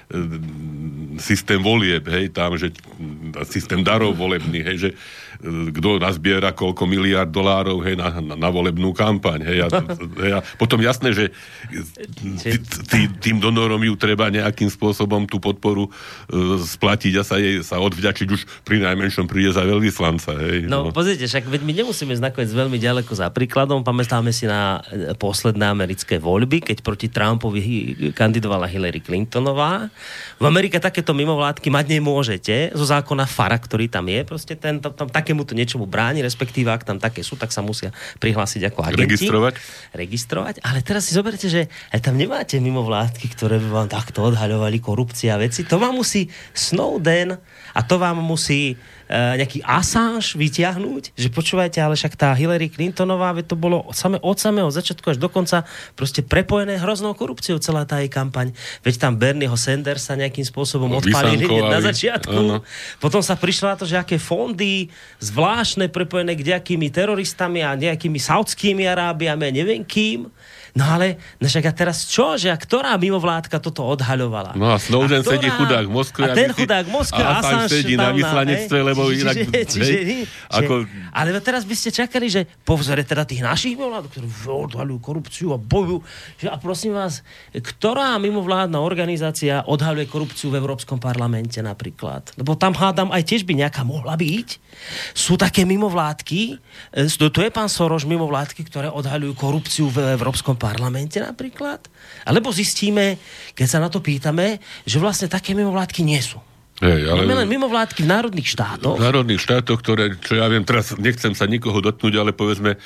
systém volieb, hej, tam, že systém darov volebných, hej, že kto nazbiera koľko miliárd dolárov, hej, na, na, na volebnú kampaň, hej, a, hej, a potom jasné, že tý, tý, tým donorom ju treba nejakým spôsobom tú podporu uh, splatiť a sa jej sa odvďačiť, už pri najmenšom príde za veľvyslanca, hej. No, no. Pozrite, však veď my nemusíme ísť nakoniec veľmi ďaleko za príkladom, pamätáme si na posledné americké voľby, keď proti Trumpovi kandidovala Hillary Clintonová. V Amerike takéto mimovládky mať nemôžete, zo zákona FARA, ktorý tam je, proste ten, tam, tam takémuto niečomu bráni, respektíve ak tam také sú, tak sa musia prihlásiť ako agenti. Registrovať. Registrovať, ale teraz si zoberte, že aj tam nemáte mimovládky, ktoré by vám takto odhaľovali korupcia a veci. To vám musí Snowden a to vám musí Uh, nejaký Assange vyťahnuť, že počúvajte, ale však tá Hillary Clintonová, veď to bolo same, od samého začiatku až do konca proste prepojené hroznou korupciou celá tá jej kampaň. Veď tam Bernieho Sandersa nejakým spôsobom no, odpálili hneď na začiatku. Áno. Potom sa prišlo na to, že aké fondy zvláštne prepojené k nejakými teroristami a nejakými saudskými Arábiami a neviem kým. No ale, no však a teraz čo? Že a ktorá mimovládka toto odhaľovala? No a Snowden ktorá... sedí chudák v Moskve. A ten chudák v Moskve. A Assange sedí na vyslanectve, lebo čiže, inak... Čiže, čiže, hej, čiže, ako... Ale teraz by ste čakali, že po vzore teda tých našich mimovládok, ktorí odhaľujú korupciu a bojujú. Že, a prosím vás, ktorá mimovládna organizácia odhaľuje korupciu v Európskom parlamente napríklad? Lebo tam hádam aj tiež by nejaká mohla byť. Sú také mimovládky, to, to je pán Soros mimovládky, ktoré odhaľujú korupciu v Európskom parlamente napríklad. Alebo zistíme, keď sa na to pýtame, že vlastne také mimovládky nie sú. Hej, ale... Máme len mimovládky v národných štátoch. V národných štátoch, ktoré, čo ja viem, teraz nechcem sa nikoho dotknúť, ale povedzme e,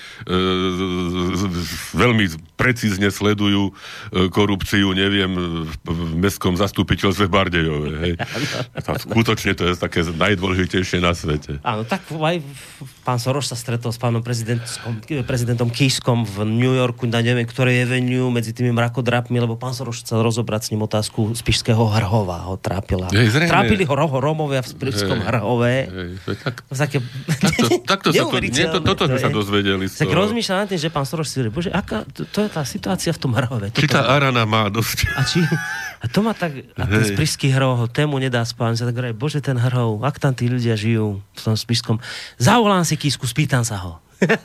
veľmi precízne sledujú korupciu, neviem, v mestskom zastupiteľstve v Bardejove. Hej. Skutočne to je také najdôležitejšie na svete. Áno, tak aj pán Soros sa stretol s pánom prezidentom Kiskom v New Yorku, na neviem, ktoré je venue medzi tými mrakodrapmi, lebo pán Soros chcel rozobrať s ním otázku spišského Hrhova. Ho trápila. Hej, zrejme. Trápili ho Rómovia v spišskom Hrhove. Hej, tak, také... takto, takto sa to, nie, to, toto sme sa dozvedeli z toho. Tak rozmýšľam na tým, že pán Soros si hovorí, bože, aká, to, to je tá situácia v tom Hrhove. Či tá Arana má dosť. A, či, a to ma tak, a ten spišský Hrhov, tému nedá spávať, tak hovorí, bože, ten Hrhov, ak tam tí ľudia žijú v tom spišskom, zavolám si Kisku, spýtam sa ho.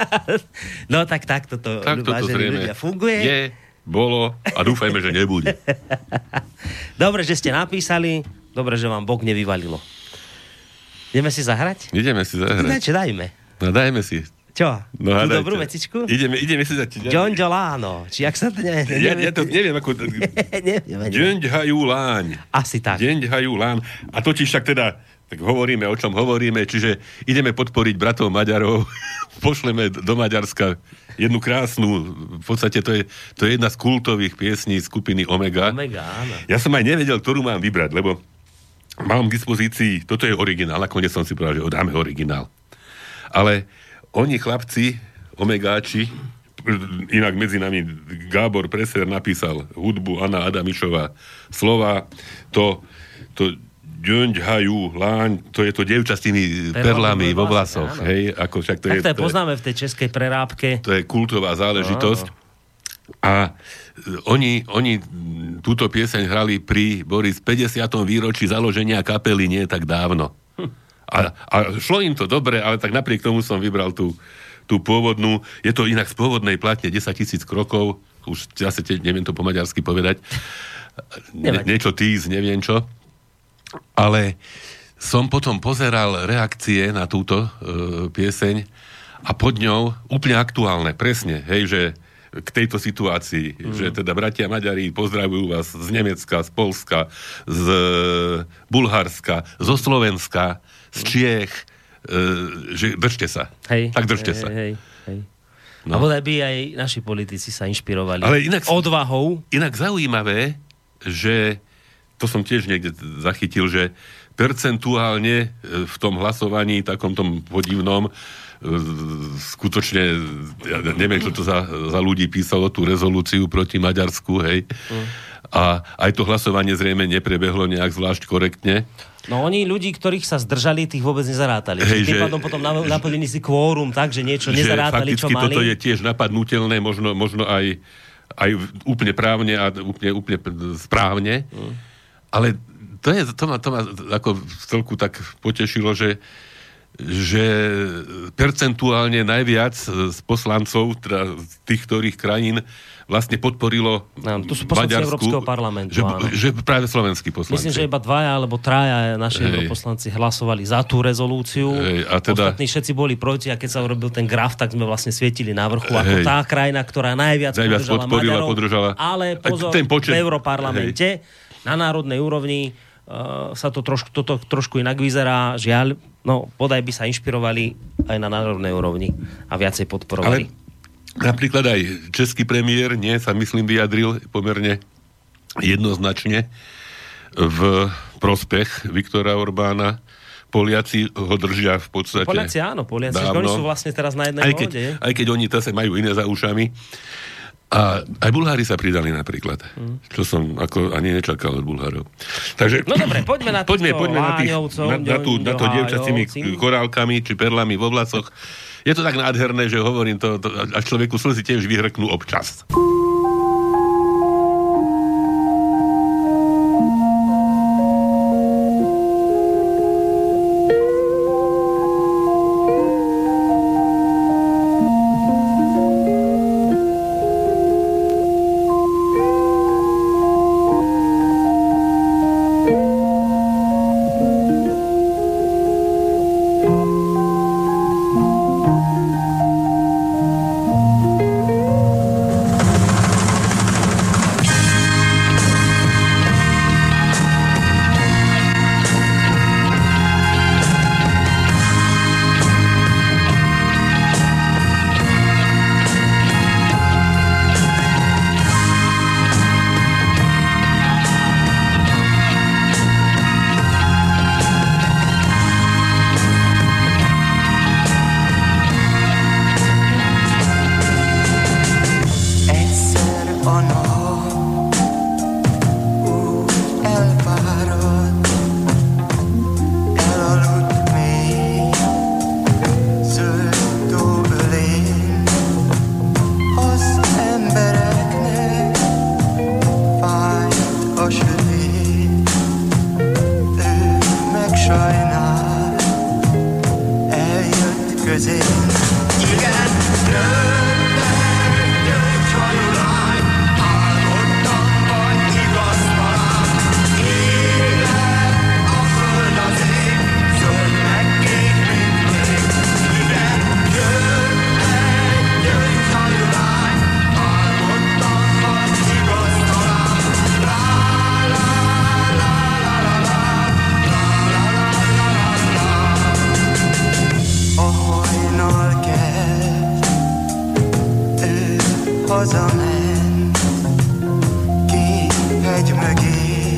No tak takto to, tak toto ľudia funguje. Je, bolo a dúfajme, že nebude. Dobre, že ste napísali, dobre, že vám Bok nevyvalilo. Ideme si zahrať? Ideme si zahrať. Dajte, dajme. No dajme si. Čo? No, tú dobrú vecičku? Ideme, ideme si dať. John Jolano. Či jak sa to ne, ja, ja to neviem, ako... John Hajuláň. Asi tak. John Hajuláň. A totiž však teda, tak hovoríme, o čom hovoríme, čiže ideme podporiť bratov Maďarov, pošleme do Maďarska jednu krásnu, v podstate to je, to je jedna z kultových piesní skupiny Omega. Omega, áno. Ja som aj nevedel, ktorú mám vybrať, lebo mám k dispozícii, toto je originál, nakoniec som si povedal, že dáme originál. Ale oni chlapci, Omegáči, inak medzi nami Gábor Preser napísal hudbu, Anna Adamišová slova, to, to Ďonďhajú láň, to je to dievča s tými perlami vo vlasoch. Hej, ako však to tak je, to je, poznáme v tej českej prerábke. To je kultová záležitosť. A oni, oni túto pieseň hrali pri, Boris, päťdesiatom výročí založenia kapely nie tak dávno. A, a šlo im to dobre, ale tak napriek tomu som vybral tú, tú pôvodnú. Je to inak z pôvodnej platne desaťtisíc krokov. Už zase te, neviem to po maďarsky povedať. Nie, niečo týz, neviem čo. Ale som potom pozeral reakcie na túto e, pieseň a pod ňou úplne aktuálne, presne, hej, že k tejto situácii, mm. že teda bratia Maďari pozdravujú vás z Nemecka, z Polska, z Bulharska, zo Slovenska, z Čiech, e, že držte sa. Hej, tak držte hej, sa. Hej, hej. No. A bodaj by aj naši politici sa inšpirovali. Ale inak, odvahou. Inak zaujímavé, že to som tiež niekde zachytil, že percentuálne v tom hlasovaní, takom tom podivnom, skutočne, ja neviem, čo to za, za ľudí písalo, tú rezolúciu proti Maďarsku, hej. Mm. A aj to hlasovanie zrejme neprebehlo nejak zvlášť korektne. No oni ľudí, ktorých sa zdržali, tých vôbec nezarátali. Hej, tým že, pádom potom naplnili si kvórum tak, že niečo že nezarátali, čo mali. Fakticky toto je tiež napadnutelné, možno, možno aj, aj úplne právne a úplne, úplne správne. Mm. Ale to, je, to, ma, to ma ako celku tak potešilo, že že percentuálne najviac z poslancov, teda z tých ktorých krajín vlastne podporilo no, to sú poslanci Maďarsku, Európskeho parlamentu, že, že práve slovenskí poslanci. Myslím, že iba dvaja alebo traja naši Hej. europoslanci hlasovali za tú rezolúciu. Hej, a teda... Ostatní všetci boli proti a keď sa urobil ten graf, tak sme vlastne svietili na vrchu Hej. ako tá krajina, ktorá najviac, najviac podržala Maďarov, podržala. Ale pozor, ten počet... v Europarlamente Hej. na národnej úrovni uh, sa to trošku, toto trošku inak vyzerá. Žiaľ, no podaj by sa inšpirovali aj na národnej úrovni a viacej podporovali. Ale napríklad aj český premiér, nie, sa myslím vyjadril pomerne jednoznačne v prospech Viktora Orbána. Poliaci ho držia v podstate Poliaci áno, Poliaci, oni sú vlastne teraz na jednej aj keď, lode. Aj keď oni zase majú iné za ušami. A aj Bulhári sa pridali napríklad. Hmm. Čo som ako ani nečakal od Bulhárov. Takže, no dobre, poďme na poďme, poďme na, tých, na, na, tú, na to dievča s tými korálkami či perlami vo vlasoch. Je to tak nádherné, že hovorím to, to až človeku slzy tiež vyhrknú občas. sajnál, eljött közénk. Igen, jöttek, gyöny csajú lány, álmodtam vagy igaz talán. Élet a föld az ég, zöld meg kék, mint még. Igen, jöttek, gyöny csajú lány, álmodtam vagy igaz talán. Lá, lá, lá, lá, lá, lá. A hajnal kelt, ő hazament, két hegy mögé,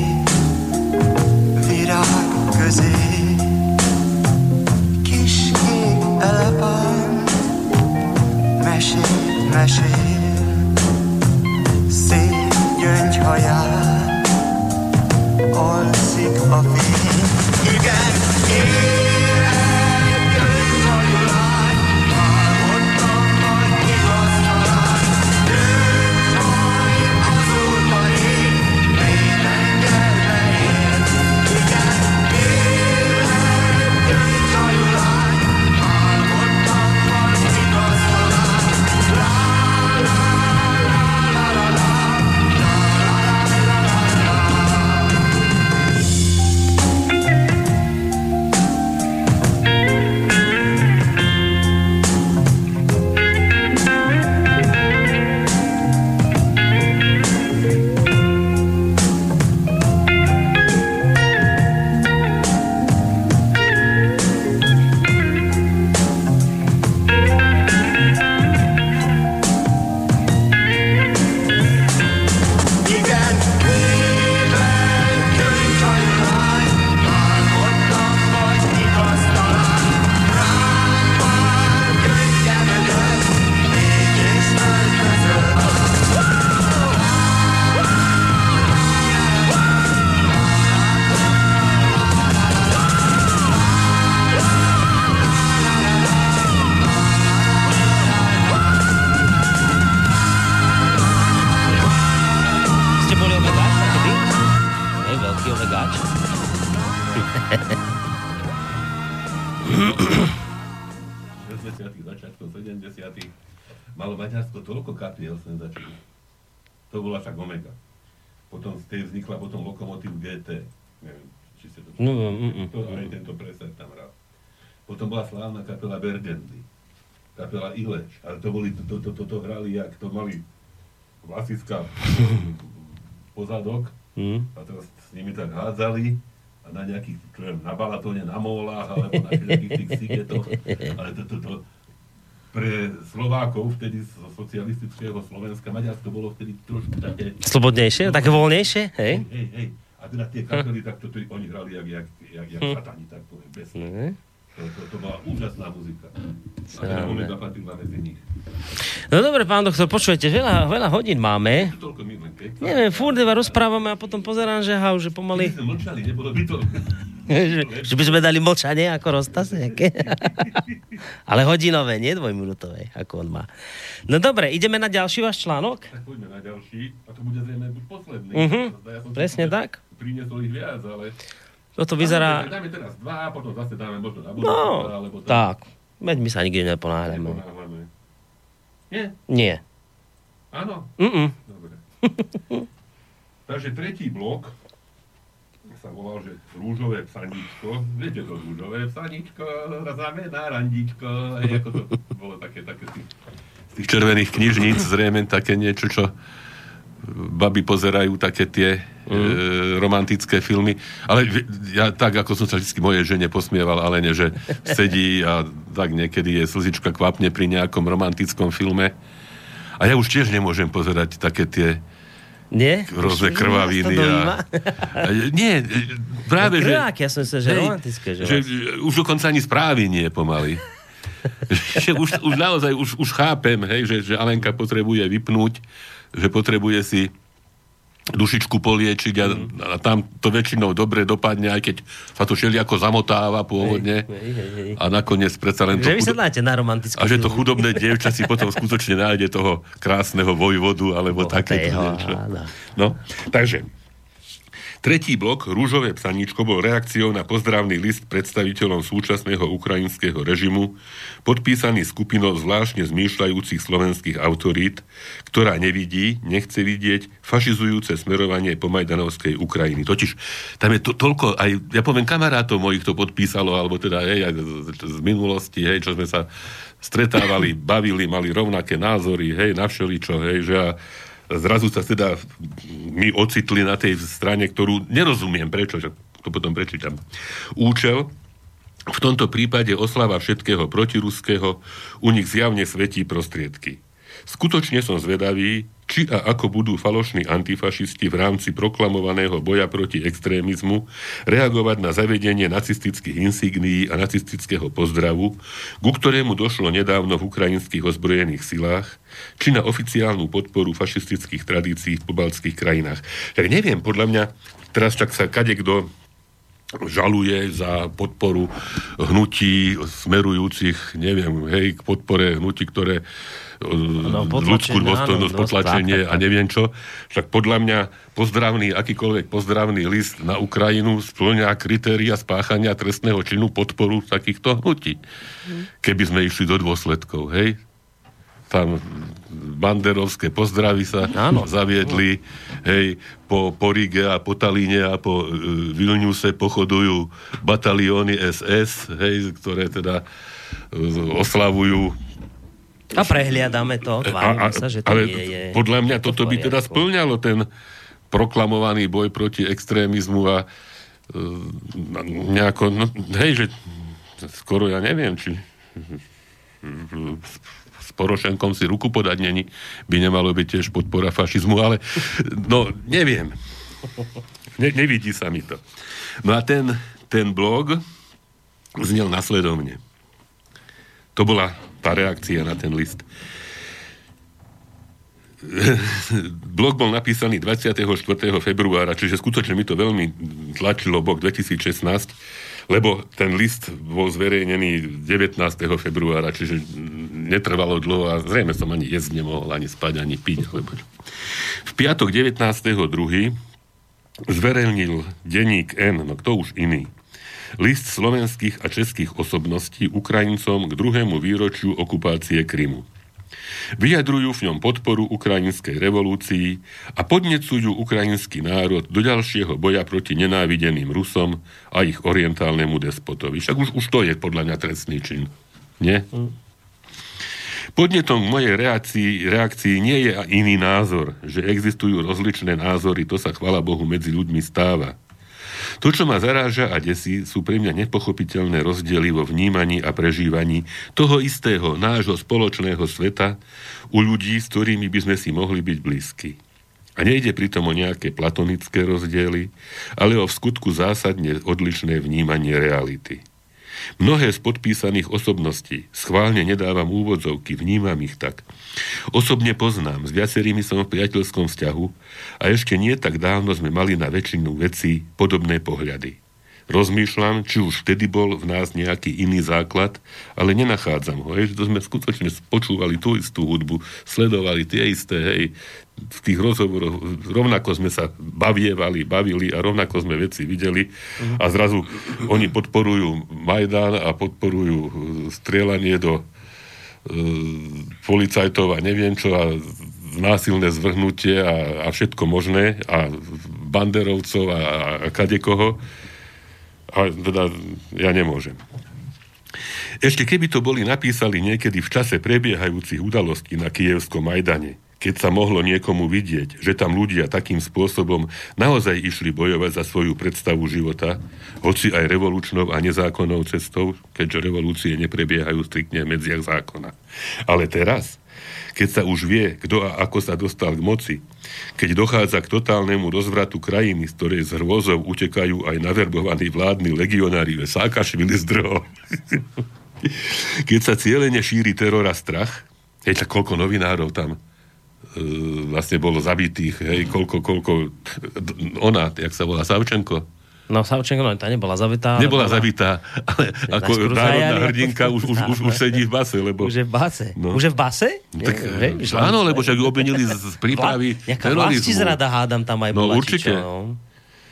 virág közé. Kis kék elepánt, mesél, mesél, szép gyöngyhaján, alszik a fény. Igen, élet, gyöngyhajú lány, álmodtam majd igaz talán. Gyöngyhaj azóta ég, még tengerbe ér. Igen, élet, gyöngyhajú lány, álmodtam majd igaz talán. Lá, lá, lá, lá, lá, lá, lá, lá, lá, lá, lá. Igen, élet, gyöngyhajú lány, álmodtam vagy igaz talán. Rám vár gyöngye mögött, ég és föld között. Ste boli omegáč takedy? Hej, veľký omegáč. šesťdesiatych začiatkom sedemdesiatych malo Maďarsko toľko kapiel senzačných. To bola však Omega. Potom z tej vznikla potom Lokomotív gé té. Neviem, či ste to... No, mm, mm. To aj tento preset tam hral. Potom bola slávna kapela Burgundy. Kapela Ileč. Ale to boli, to, to, to, to, to hrali, jak to mali Vlasiska pozadok. Mm. A teraz s nimi tak hádzali a na nejakých, čo viem, na Balatóne, na Mólách, alebo na nejakých tých sigetoch. Ale to, to, to pre Slovákov vtedy z socialistického Slovenska, Maďarsko bolo vtedy trošku také... Slobodnejšie, také voľnejšie, hej? Hej, hej. A teda tie kapely, tak to, to oni hrali jak, jak, jak, jak satani, tak poviem, bez. Mhm. To, to, to bola úžasná muzika. A teda Omega patrila medzi nich. No dobre, pán doktor, počujete, veľa, veľa hodín máme. Toľko my len keď... Neviem, furt iba rozprávame a potom pozerám, že ha, už je pomaly... My sme mlčali, nebolo by to... že, že by sme dali mlčanie ako Rostas nejaké. Ale hodinové, nie dvojminútové, ako on má. No dobre, ideme na ďalší váš článok? Tak poďme na ďalší. A to bude zrejme buď posledný. Uh-huh. Ja som Presne si tak. Priniesol ich viac, ale... Toto vyzerá... Dáme, dáme teraz dva, potom zase dáme možno na No, budúce, alebo tak. Veď my sa nikde neponáhľame. Neponáhľame. Nie? Nie. Áno? Mm-mm. Dobre. Takže tretí blok sa volal, že rúžové psaníčko. Viete to rúžové psaníčko, znamená randíčko. Ej, ako to bolo také, také tých, z tých červených knižníc, zrejme také niečo, čo baby pozerajú také tie mm. e, romantické filmy. Ale ja tak, ako som sa vždy mojej žene posmieval, ale nie, že sedí a tak niekedy je slzička kvapne pri nejakom romantickom filme. A ja už tiež nemôžem pozerať také tie nie? rôzne krvaviny. A, a, nie, práve, že... Krvák, ja som sa, že hej, romantické. Že, že už dokonca ani správy nie pomaly. že už, už naozaj, už, už chápem, hej, že, že Alenka potrebuje vypnúť, že potrebuje si dušičku poliečiť a, a tam to väčšinou dobre dopadne, aj keď sa to všelijako zamotáva pôvodne. Hej, hej, hej. A nakoniec predsa len to... Že vy sa dáte na romantickú A že to chudobné dievča si potom skutočne nájde toho krásneho vojvodu, alebo takéto niečo. No, takže Tretí blok, Rúžové psaníčko, bol reakciou na pozdravný list predstaviteľom súčasného ukrajinského režimu, podpísaný skupinou zvláštne zmýšľajúcich slovenských autorít, ktorá nevidí, nechce vidieť fašizujúce smerovanie pomajdanovskej Ukrajiny. Totiž tam je to, toľko, aj ja poviem kamarátov mojich to podpísalo, alebo teda hej, aj z minulosti, hej, čo sme sa stretávali, bavili, mali rovnaké názory, hej, na všeličo, hej, že ja zrazu sa teda my ocitli na tej strane, ktorú nerozumiem prečo, že to potom prečítam. Účel, v tomto prípade oslava všetkého protiruského, u nich zjavne svetí prostriedky. Skutočne som zvedavý, či a ako budú falošní antifašisti v rámci proklamovaného boja proti extrémizmu reagovať na zavedenie nacistických insignií a nacistického pozdravu, ku ktorému došlo nedávno v ukrajinských ozbrojených silách, či na oficiálnu podporu fašistických tradícií v pobaltských krajinách. Tak neviem, podľa mňa teraz tak sa kadekto žaluje za podporu hnutí smerujúcich, neviem, hej, k podpore hnutí, ktoré no, ľudskú dôstojnosť, potlačenie a neviem čo. Však podľa mňa pozdravný, akýkoľvek pozdravný list na Ukrajinu spĺňa kritéria spáchania trestného činu podporu takýchto hnutí. Keby sme išli do dôsledkov, hej. Tam banderovské pozdravy sa áno. zaviedli, hej, po, po Rige a po Talíne a po uh, Vilniuse pochodujú batalióny es es, hej, ktoré teda uh, oslavujú. A prehliadame to, tvárime sa, že to ale je, je... podľa mňa toto by teda spĺňalo ten proklamovaný boj proti extrémizmu a uh, nejako, no, hej, že skoro ja neviem, či s Porošenkom si ruku podať není, by nemalo byť tiež podpora fašizmu, ale no, neviem. Ne, nevidí sa mi to. No a ten, ten blog znel nasledovne. To bola tá reakcia na ten list. Blog bol napísaný dvadsiateho štvrtého februára, čiže skutočne mi to veľmi tlačilo bok dvetisícšestnásť, lebo ten list bol zverejnený devätnásteho februára, čiže netrvalo dlho a zrejme som ani jesť nemohol, ani spať, ani piť. Lebo... V piatok devätnásteho druhého zverejnil denník N, no kto už iný, list slovenských a českých osobností Ukrajincom k druhému výročiu okupácie Krymu. Vyjadrujú v ňom podporu ukrajinskej revolúcii a podnecujú ukrajinský národ do ďalšieho boja proti nenávideným Rusom a ich orientálnemu despotovi. Však už, už to je podľa mňa trestný čin. Nie? Mm. Podnetom k mojej reakcii, reakcii nie je iný názor, že existujú rozličné názory, to sa chvála Bohu medzi ľuďmi stáva. To, čo ma zaráža a desí, sú pre mňa nepochopiteľné rozdiely vo vnímaní a prežívaní toho istého nášho spoločného sveta u ľudí, s ktorými by sme si mohli byť blízki. A nejde pritom o nejaké platonické rozdiely, ale o v skutku zásadne odlišné vnímanie reality. Mnohé z podpísaných osobností, schválne nedávam úvodzovky, vnímam ich tak. Osobne poznám, s viacerými som v priateľskom vzťahu a ešte nie tak dávno sme mali na väčšinu vecí podobné pohľady. Rozmýšľam, či už vtedy bol v nás nejaký iný základ, ale nenachádzam ho. Hej, že to sme skutočne počúvali tú istú hudbu, sledovali tie isté, hej, v tých rozhovoroch rovnako sme sa bavievali, bavili a rovnako sme veci videli a zrazu oni podporujú Majdan a podporujú strieľanie do e, policajtov a neviem čo a násilné zvrhnutie a, a všetko možné a banderovcov a, a kadekoho. A teda ja nemôžem. Ešte keby to boli napísali niekedy v čase prebiehajúcich udalostí na Kyjevskom Majdane, keď sa mohlo niekomu vidieť, že tam ľudia takým spôsobom naozaj išli bojovať za svoju predstavu života, hoci aj revolučnou a nezákonnou cestou, keďže revolúcie neprebiehajú striktne v medziach zákona. Ale teraz, keď sa už vie, kto a ako sa dostal k moci, keď dochádza k totálnemu rozvratu krajiny, z ktorej s hrôzou utekajú aj naverbovaní vládni legionári, Sákašvili zdrhol. Keď sa cieľene šíri teror a strach, hej, tak koľko novinárov tam vlastne bolo zabitých, hej, koľko, koľko, ona, jak sa volá, Savčenko? No, Savčenko, no, tá nebola zabitá. Nebola bola... zabitá, ale ako národná hrdinka už, už, už, už sedí v base, lebo... Už je v base? No. Už je v base? Tak, je, je, áno, lebo však ju obvinili z, z prípravy Vla, terorizmu. Nejaká vlastizrada, hádam, tam aj bola. No, určite. Čičo, no.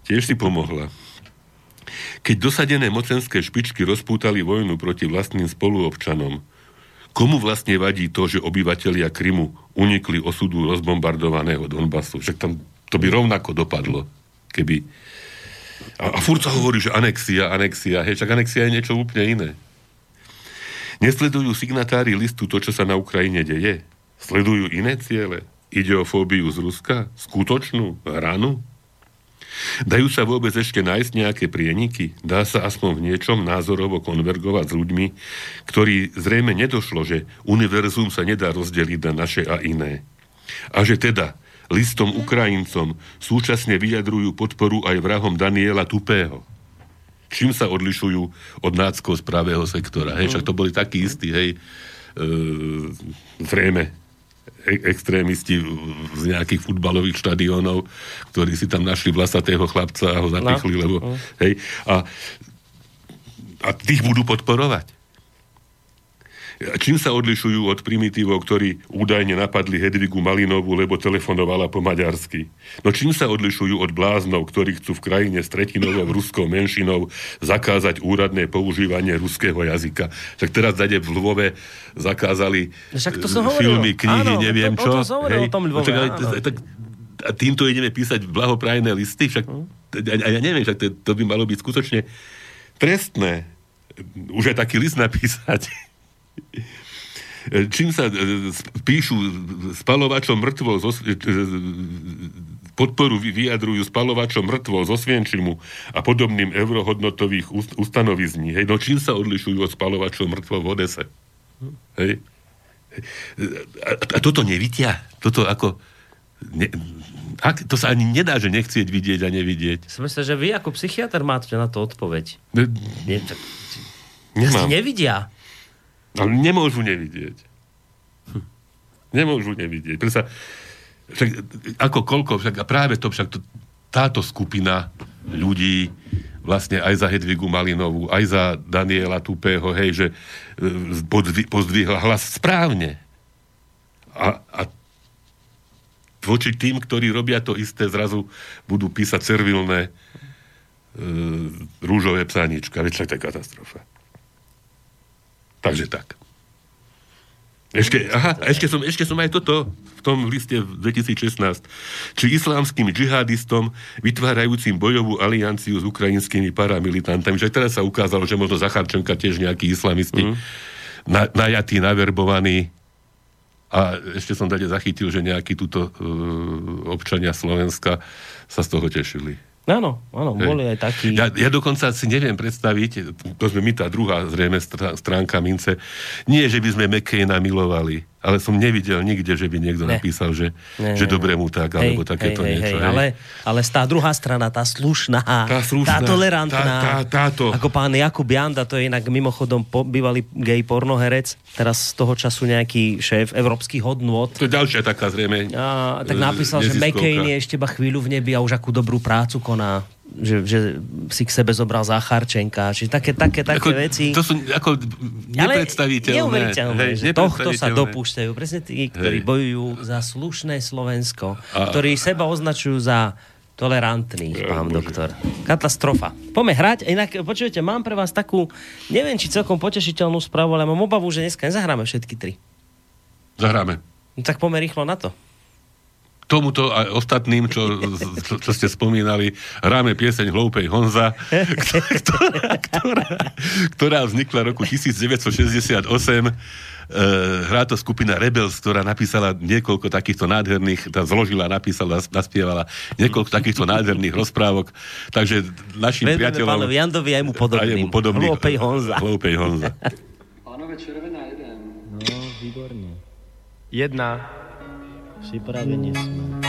tiež si pomohla. Keď dosadené mocenské špičky rozpútali vojnu proti vlastným spoluobčanom, komu vlastne vadí to, že obyvatelia Krymu unikli osudu rozbombardovaného Donbasu? Však tam to by rovnako dopadlo, keby... A, a furt sa hovorí, že anexia, anexia, hej, však anexia je niečo úplne iné. Nesledujú signatári listu to, čo sa na Ukrajine deje? Sledujú iné ciele? Ide o fóbiu z Ruska? Skutočnú? Ranu? Dajú sa vôbec ešte nájsť nejaké prieniky? Dá sa aspoň v niečom názorovo konvergovať s ľuďmi, ktorí zrejme nedošlo, že univerzum sa nedá rozdeliť na naše a iné. A že teda listom Ukrajincom súčasne vyjadrujú podporu aj vrahom Daniela Tupého. Čím sa odlišujú od náckov z pravého sektora? Hej, však to boli takí istí, hej, e, zrejme e- extrémisti z nejakých futbalových štadiónov, ktorí si tam našli vlasatého chlapca a ho zapichli, no. lebo, hej, a, a tých budú podporovať. Čím sa odlišujú od primitívov, ktorí údajne napadli Hedvigu Malinovú, lebo telefonovala po maďarsky? No čím sa odlišujú od bláznov, ktorí chcú v krajine s tretinovou ruskou menšinou zakázať úradné používanie ruského jazyka? Však teraz zade v Lvove zakázali filmy, knihy, áno, neviem to, čo. To, to hej, o tom Lvove, však, tak, a týmto ideme písať blahoprajné listy? Však, a ja neviem, však to, to by malo byť skutočne trestné. Už aj taký list napísať. Čím sa píšu spalovačom mŕtvol zo, podporu vyjadrujú spalovačom mŕtvol zo Svienčimu a podobným eurohodnotových ustanovizní. Hej, no čím sa odlišujú od spalovačov mŕtvol v Odese? Hej. A, a toto nevidia? Toto ako... Ne, ak, to sa ani nedá, že nechcieť vidieť a nevidieť. Som myslel, že vy ako psychiatr máte na to odpoveď. Ne, Nie, tak, nemám. Nevidia. Ale nemôžu nevidieť. Hm. Nemôžu nevidieť. Prečo, však, ako koľko, však, a práve to, však to, táto skupina ľudí vlastne aj za Hedvigu Malinovú, aj za Daniela Tupého, hej, že pozdvi, pozdvihla hlas správne. A, a voči tým, ktorí robia to isté, zrazu budú písať servilné e, rúžové psánička. Veď však to je katastrofa. Takže tak. Ešte, aha, ešte som, ešte som aj toto v tom liste v dvetisícšestnásť. Či islámskym džihadistom vytvárajúcim bojovú alianciu s ukrajinskými paramilitantami. Že teraz sa ukázalo, že možno Zacharčenka tiež nejakí islamisti mm. na, najatí, naverbovaní. A ešte som dade zachytil, že nejakí túto uh, občania Slovenska sa z toho tešili. Áno, áno, boli aj takí. Ja, ja dokonca si neviem predstaviť, to sme my tá druhá zrejme stránka mince, nie, že by sme McCaina milovali, ale som nevidel nikde, že by niekto ne. napísal, že, ne, že ne, dobre mu tak, hej, alebo takéto hej, niečo. Hej, hej. Ale, ale tá druhá strana, tá slušná, tá, slušná, tá tolerantná, tá, tá, táto. Ako pán Jakub Janda, to je inak mimochodom po, bývalý gay pornoherec, teraz z toho času nejaký šéf európskych hodnôt. To je ďalšia taká zrejme. A, tak napísal, že McCain je ešte iba chvíľu v nebi a už akú dobrú prácu koná. Že, že si k sebe zobral Zacharčenka, čiže také, také, také ako, veci. To sú ako nepredstaviteľné. Neuveriteľné, hej, že tohto sa dopúšťajú. Presne tí, ktorí hej. bojujú za slušné Slovensko, a... ktorí seba označujú za tolerantných, ja, pán bože. Doktor. Katastrofa. Poďme hrať. Inak, počujete, mám pre vás takú, neviem, či celkom potešiteľnú správu, ale mám obavu, že dneska nezahráme všetky tri. Zahráme. No, tak poďme rýchlo na to. Tomuto a ostatným, čo, čo, čo ste spomínali, hráme pieseň Hloupej Honza, ktorá, ktorá, ktorá vznikla v roku devätnásťstošesťdesiatosem. E, hrá to skupina Rebels, ktorá napísala niekoľko takýchto nádherných, tá zložila, napísala, naspievala niekoľko takýchto nádherných rozprávok. Takže našim Vedeme priateľom... Pánovi Jandovi aj mu podobným. podobným Hloupej Honza. Hloupej Honza. Pánové, červená jeden. No, výborne. Jedna. Připraveni jsme.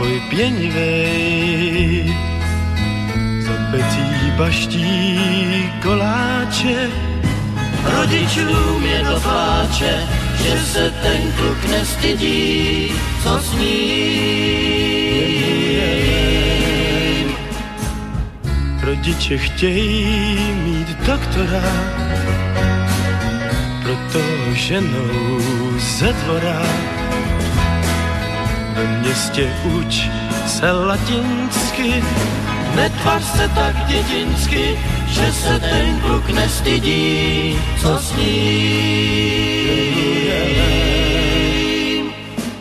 tvoj pěnivej, zapetý baští koláče. Rodičům je do pláče, že se ten kluk nestydí, co s ním. Rodiče chtějí mít doktora, proto ženou ze dvora. Ve městě uč se latinsky, Netvař se tak dětinsky, že se ten kluk nestydí, co s ním.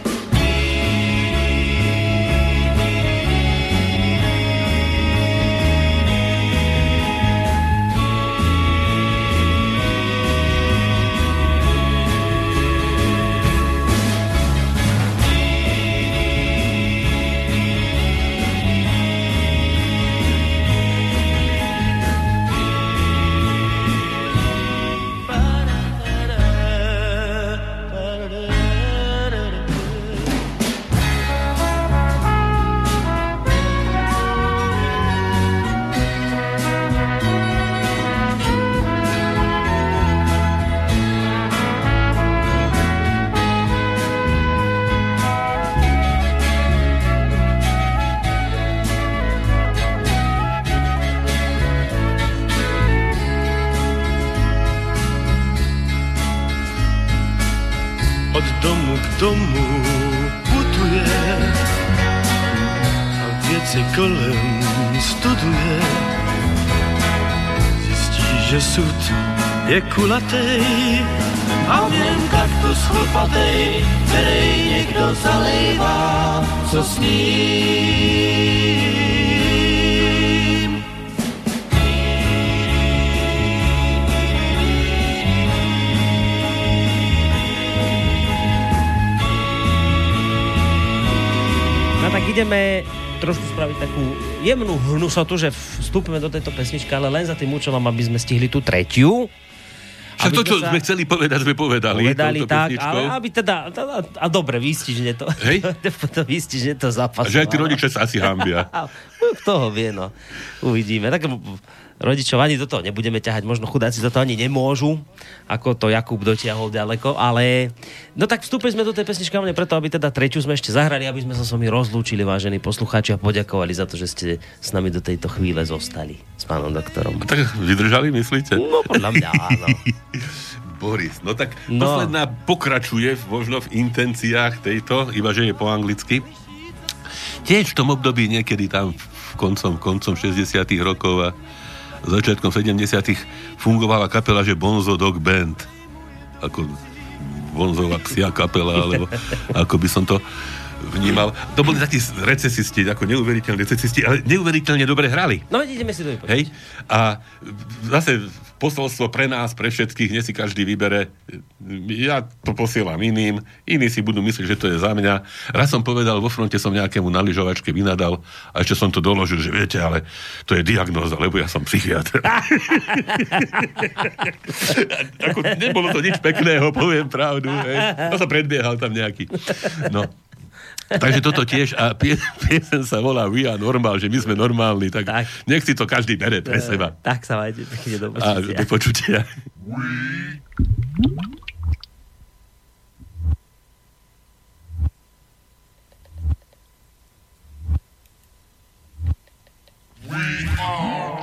od domu k domu putuje a věci kolem studuje. Zjistí, že sud je kulatej a v něm kaktus chlupatej, který někdo zalejvá, co s ním. No tak ideme trošku spraviť takú jemnú hnusotu, že vstúpime do tejto pesničky, ale len za tým účelom, aby sme stihli tú tretiu. Však to, čo sa... sme chceli povedať, sme povedali. Povedali tak, ale aby teda... A, a dobre, výstižne to... Hej? to výstižne to zapasovalo. A že aj tí rodiče sa asi hambia. Kto ho vie, no. Uvidíme. Tak rodičov ani do toho nebudeme ťahať, možno chudáci do toho ani nemôžu, ako to Jakub dotiahol ďaleko, ale... No tak vstúpili sme do tej pesničky hlavne preto, aby teda tretiu sme ešte zahrali, aby sme sa s vami rozlúčili, vážení poslucháči, a poďakovali za to, že ste s nami do tejto chvíle zostali s pánom doktorom. A tak vydržali, myslíte? No, podľa mňa áno. Boris, no tak no. Posledná pokračuje možno v intenciách tejto, iba že je po anglicky. Tiež v tom období niekedy tam v koncom, koncom šesťdesiatych rokov a začiatkom sedemdesiatych fungovala kapela, že Bonzo Dog Band. Ako Bonzová psia kapela, alebo ako by som to vnímal. To boli takí recesisti, ako neuveriteľní recesisti, ale neuveriteľne dobre hrali. No, ideme si to vypočuť. Hej? A zase posolstvo pre nás, pre všetkých, dnes si každý vybere. Ja to posielam iným, iní si budú myslieť, že to je za mňa. Raz som povedal, vo fronte som nejakému na lyžovačke vynadal a ešte som to doložil, že viete, ale to je diagnóza, lebo ja som psychiatr. Ako, nebolo to nič pekného, poviem pravdu. Hej? Ja som predbiehal tam nejaký. No. Takže toto tiež, a pie, piesen sa volá We are normal, že my sme normálni, tak, tak. Nech si to každý bere pre seba. Tak sa majte pekne do počutia. A do počutia. We are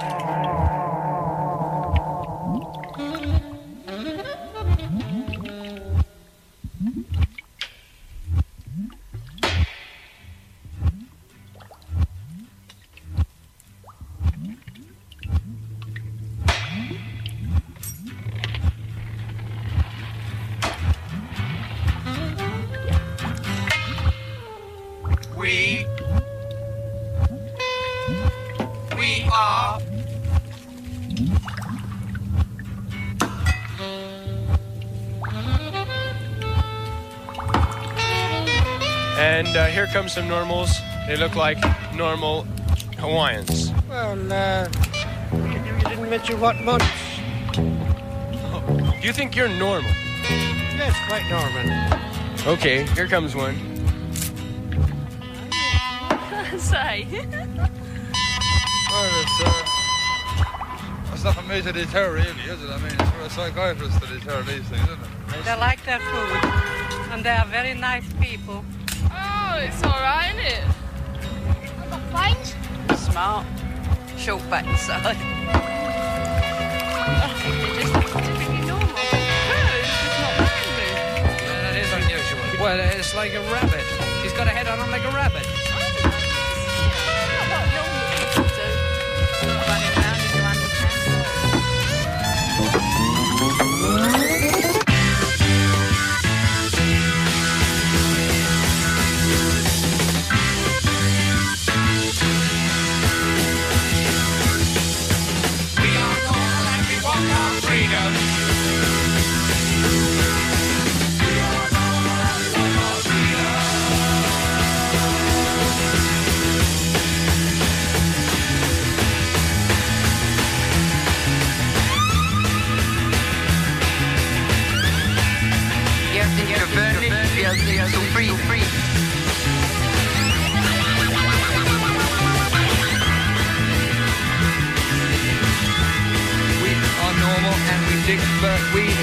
We, we are And uh, here come some normals. They look like normal Hawaiians. Well, uh, you didn't mention what months. Oh, do you think you're normal? Yes, quite normal. Okay, here comes one. to say? Well, it's, uh, it's not for me to deter, really, is it? I mean, it's for a psychiatrist to deter these things, isn't it? They like their food, and they are very nice people. Oh, it's all right, isn't it? I've got brains. Smart. Short backside. I think they're just typically normal. Good, it's not angry. Yeah, that is unusual. Well, it's like a rabbit. He's got a head on him like a rabbit. Not what normal people do. Running around in your underpants. We are normal and we want our freedom. We are normal and we want our freedom. so free, free. We are normal and we dig dirt. We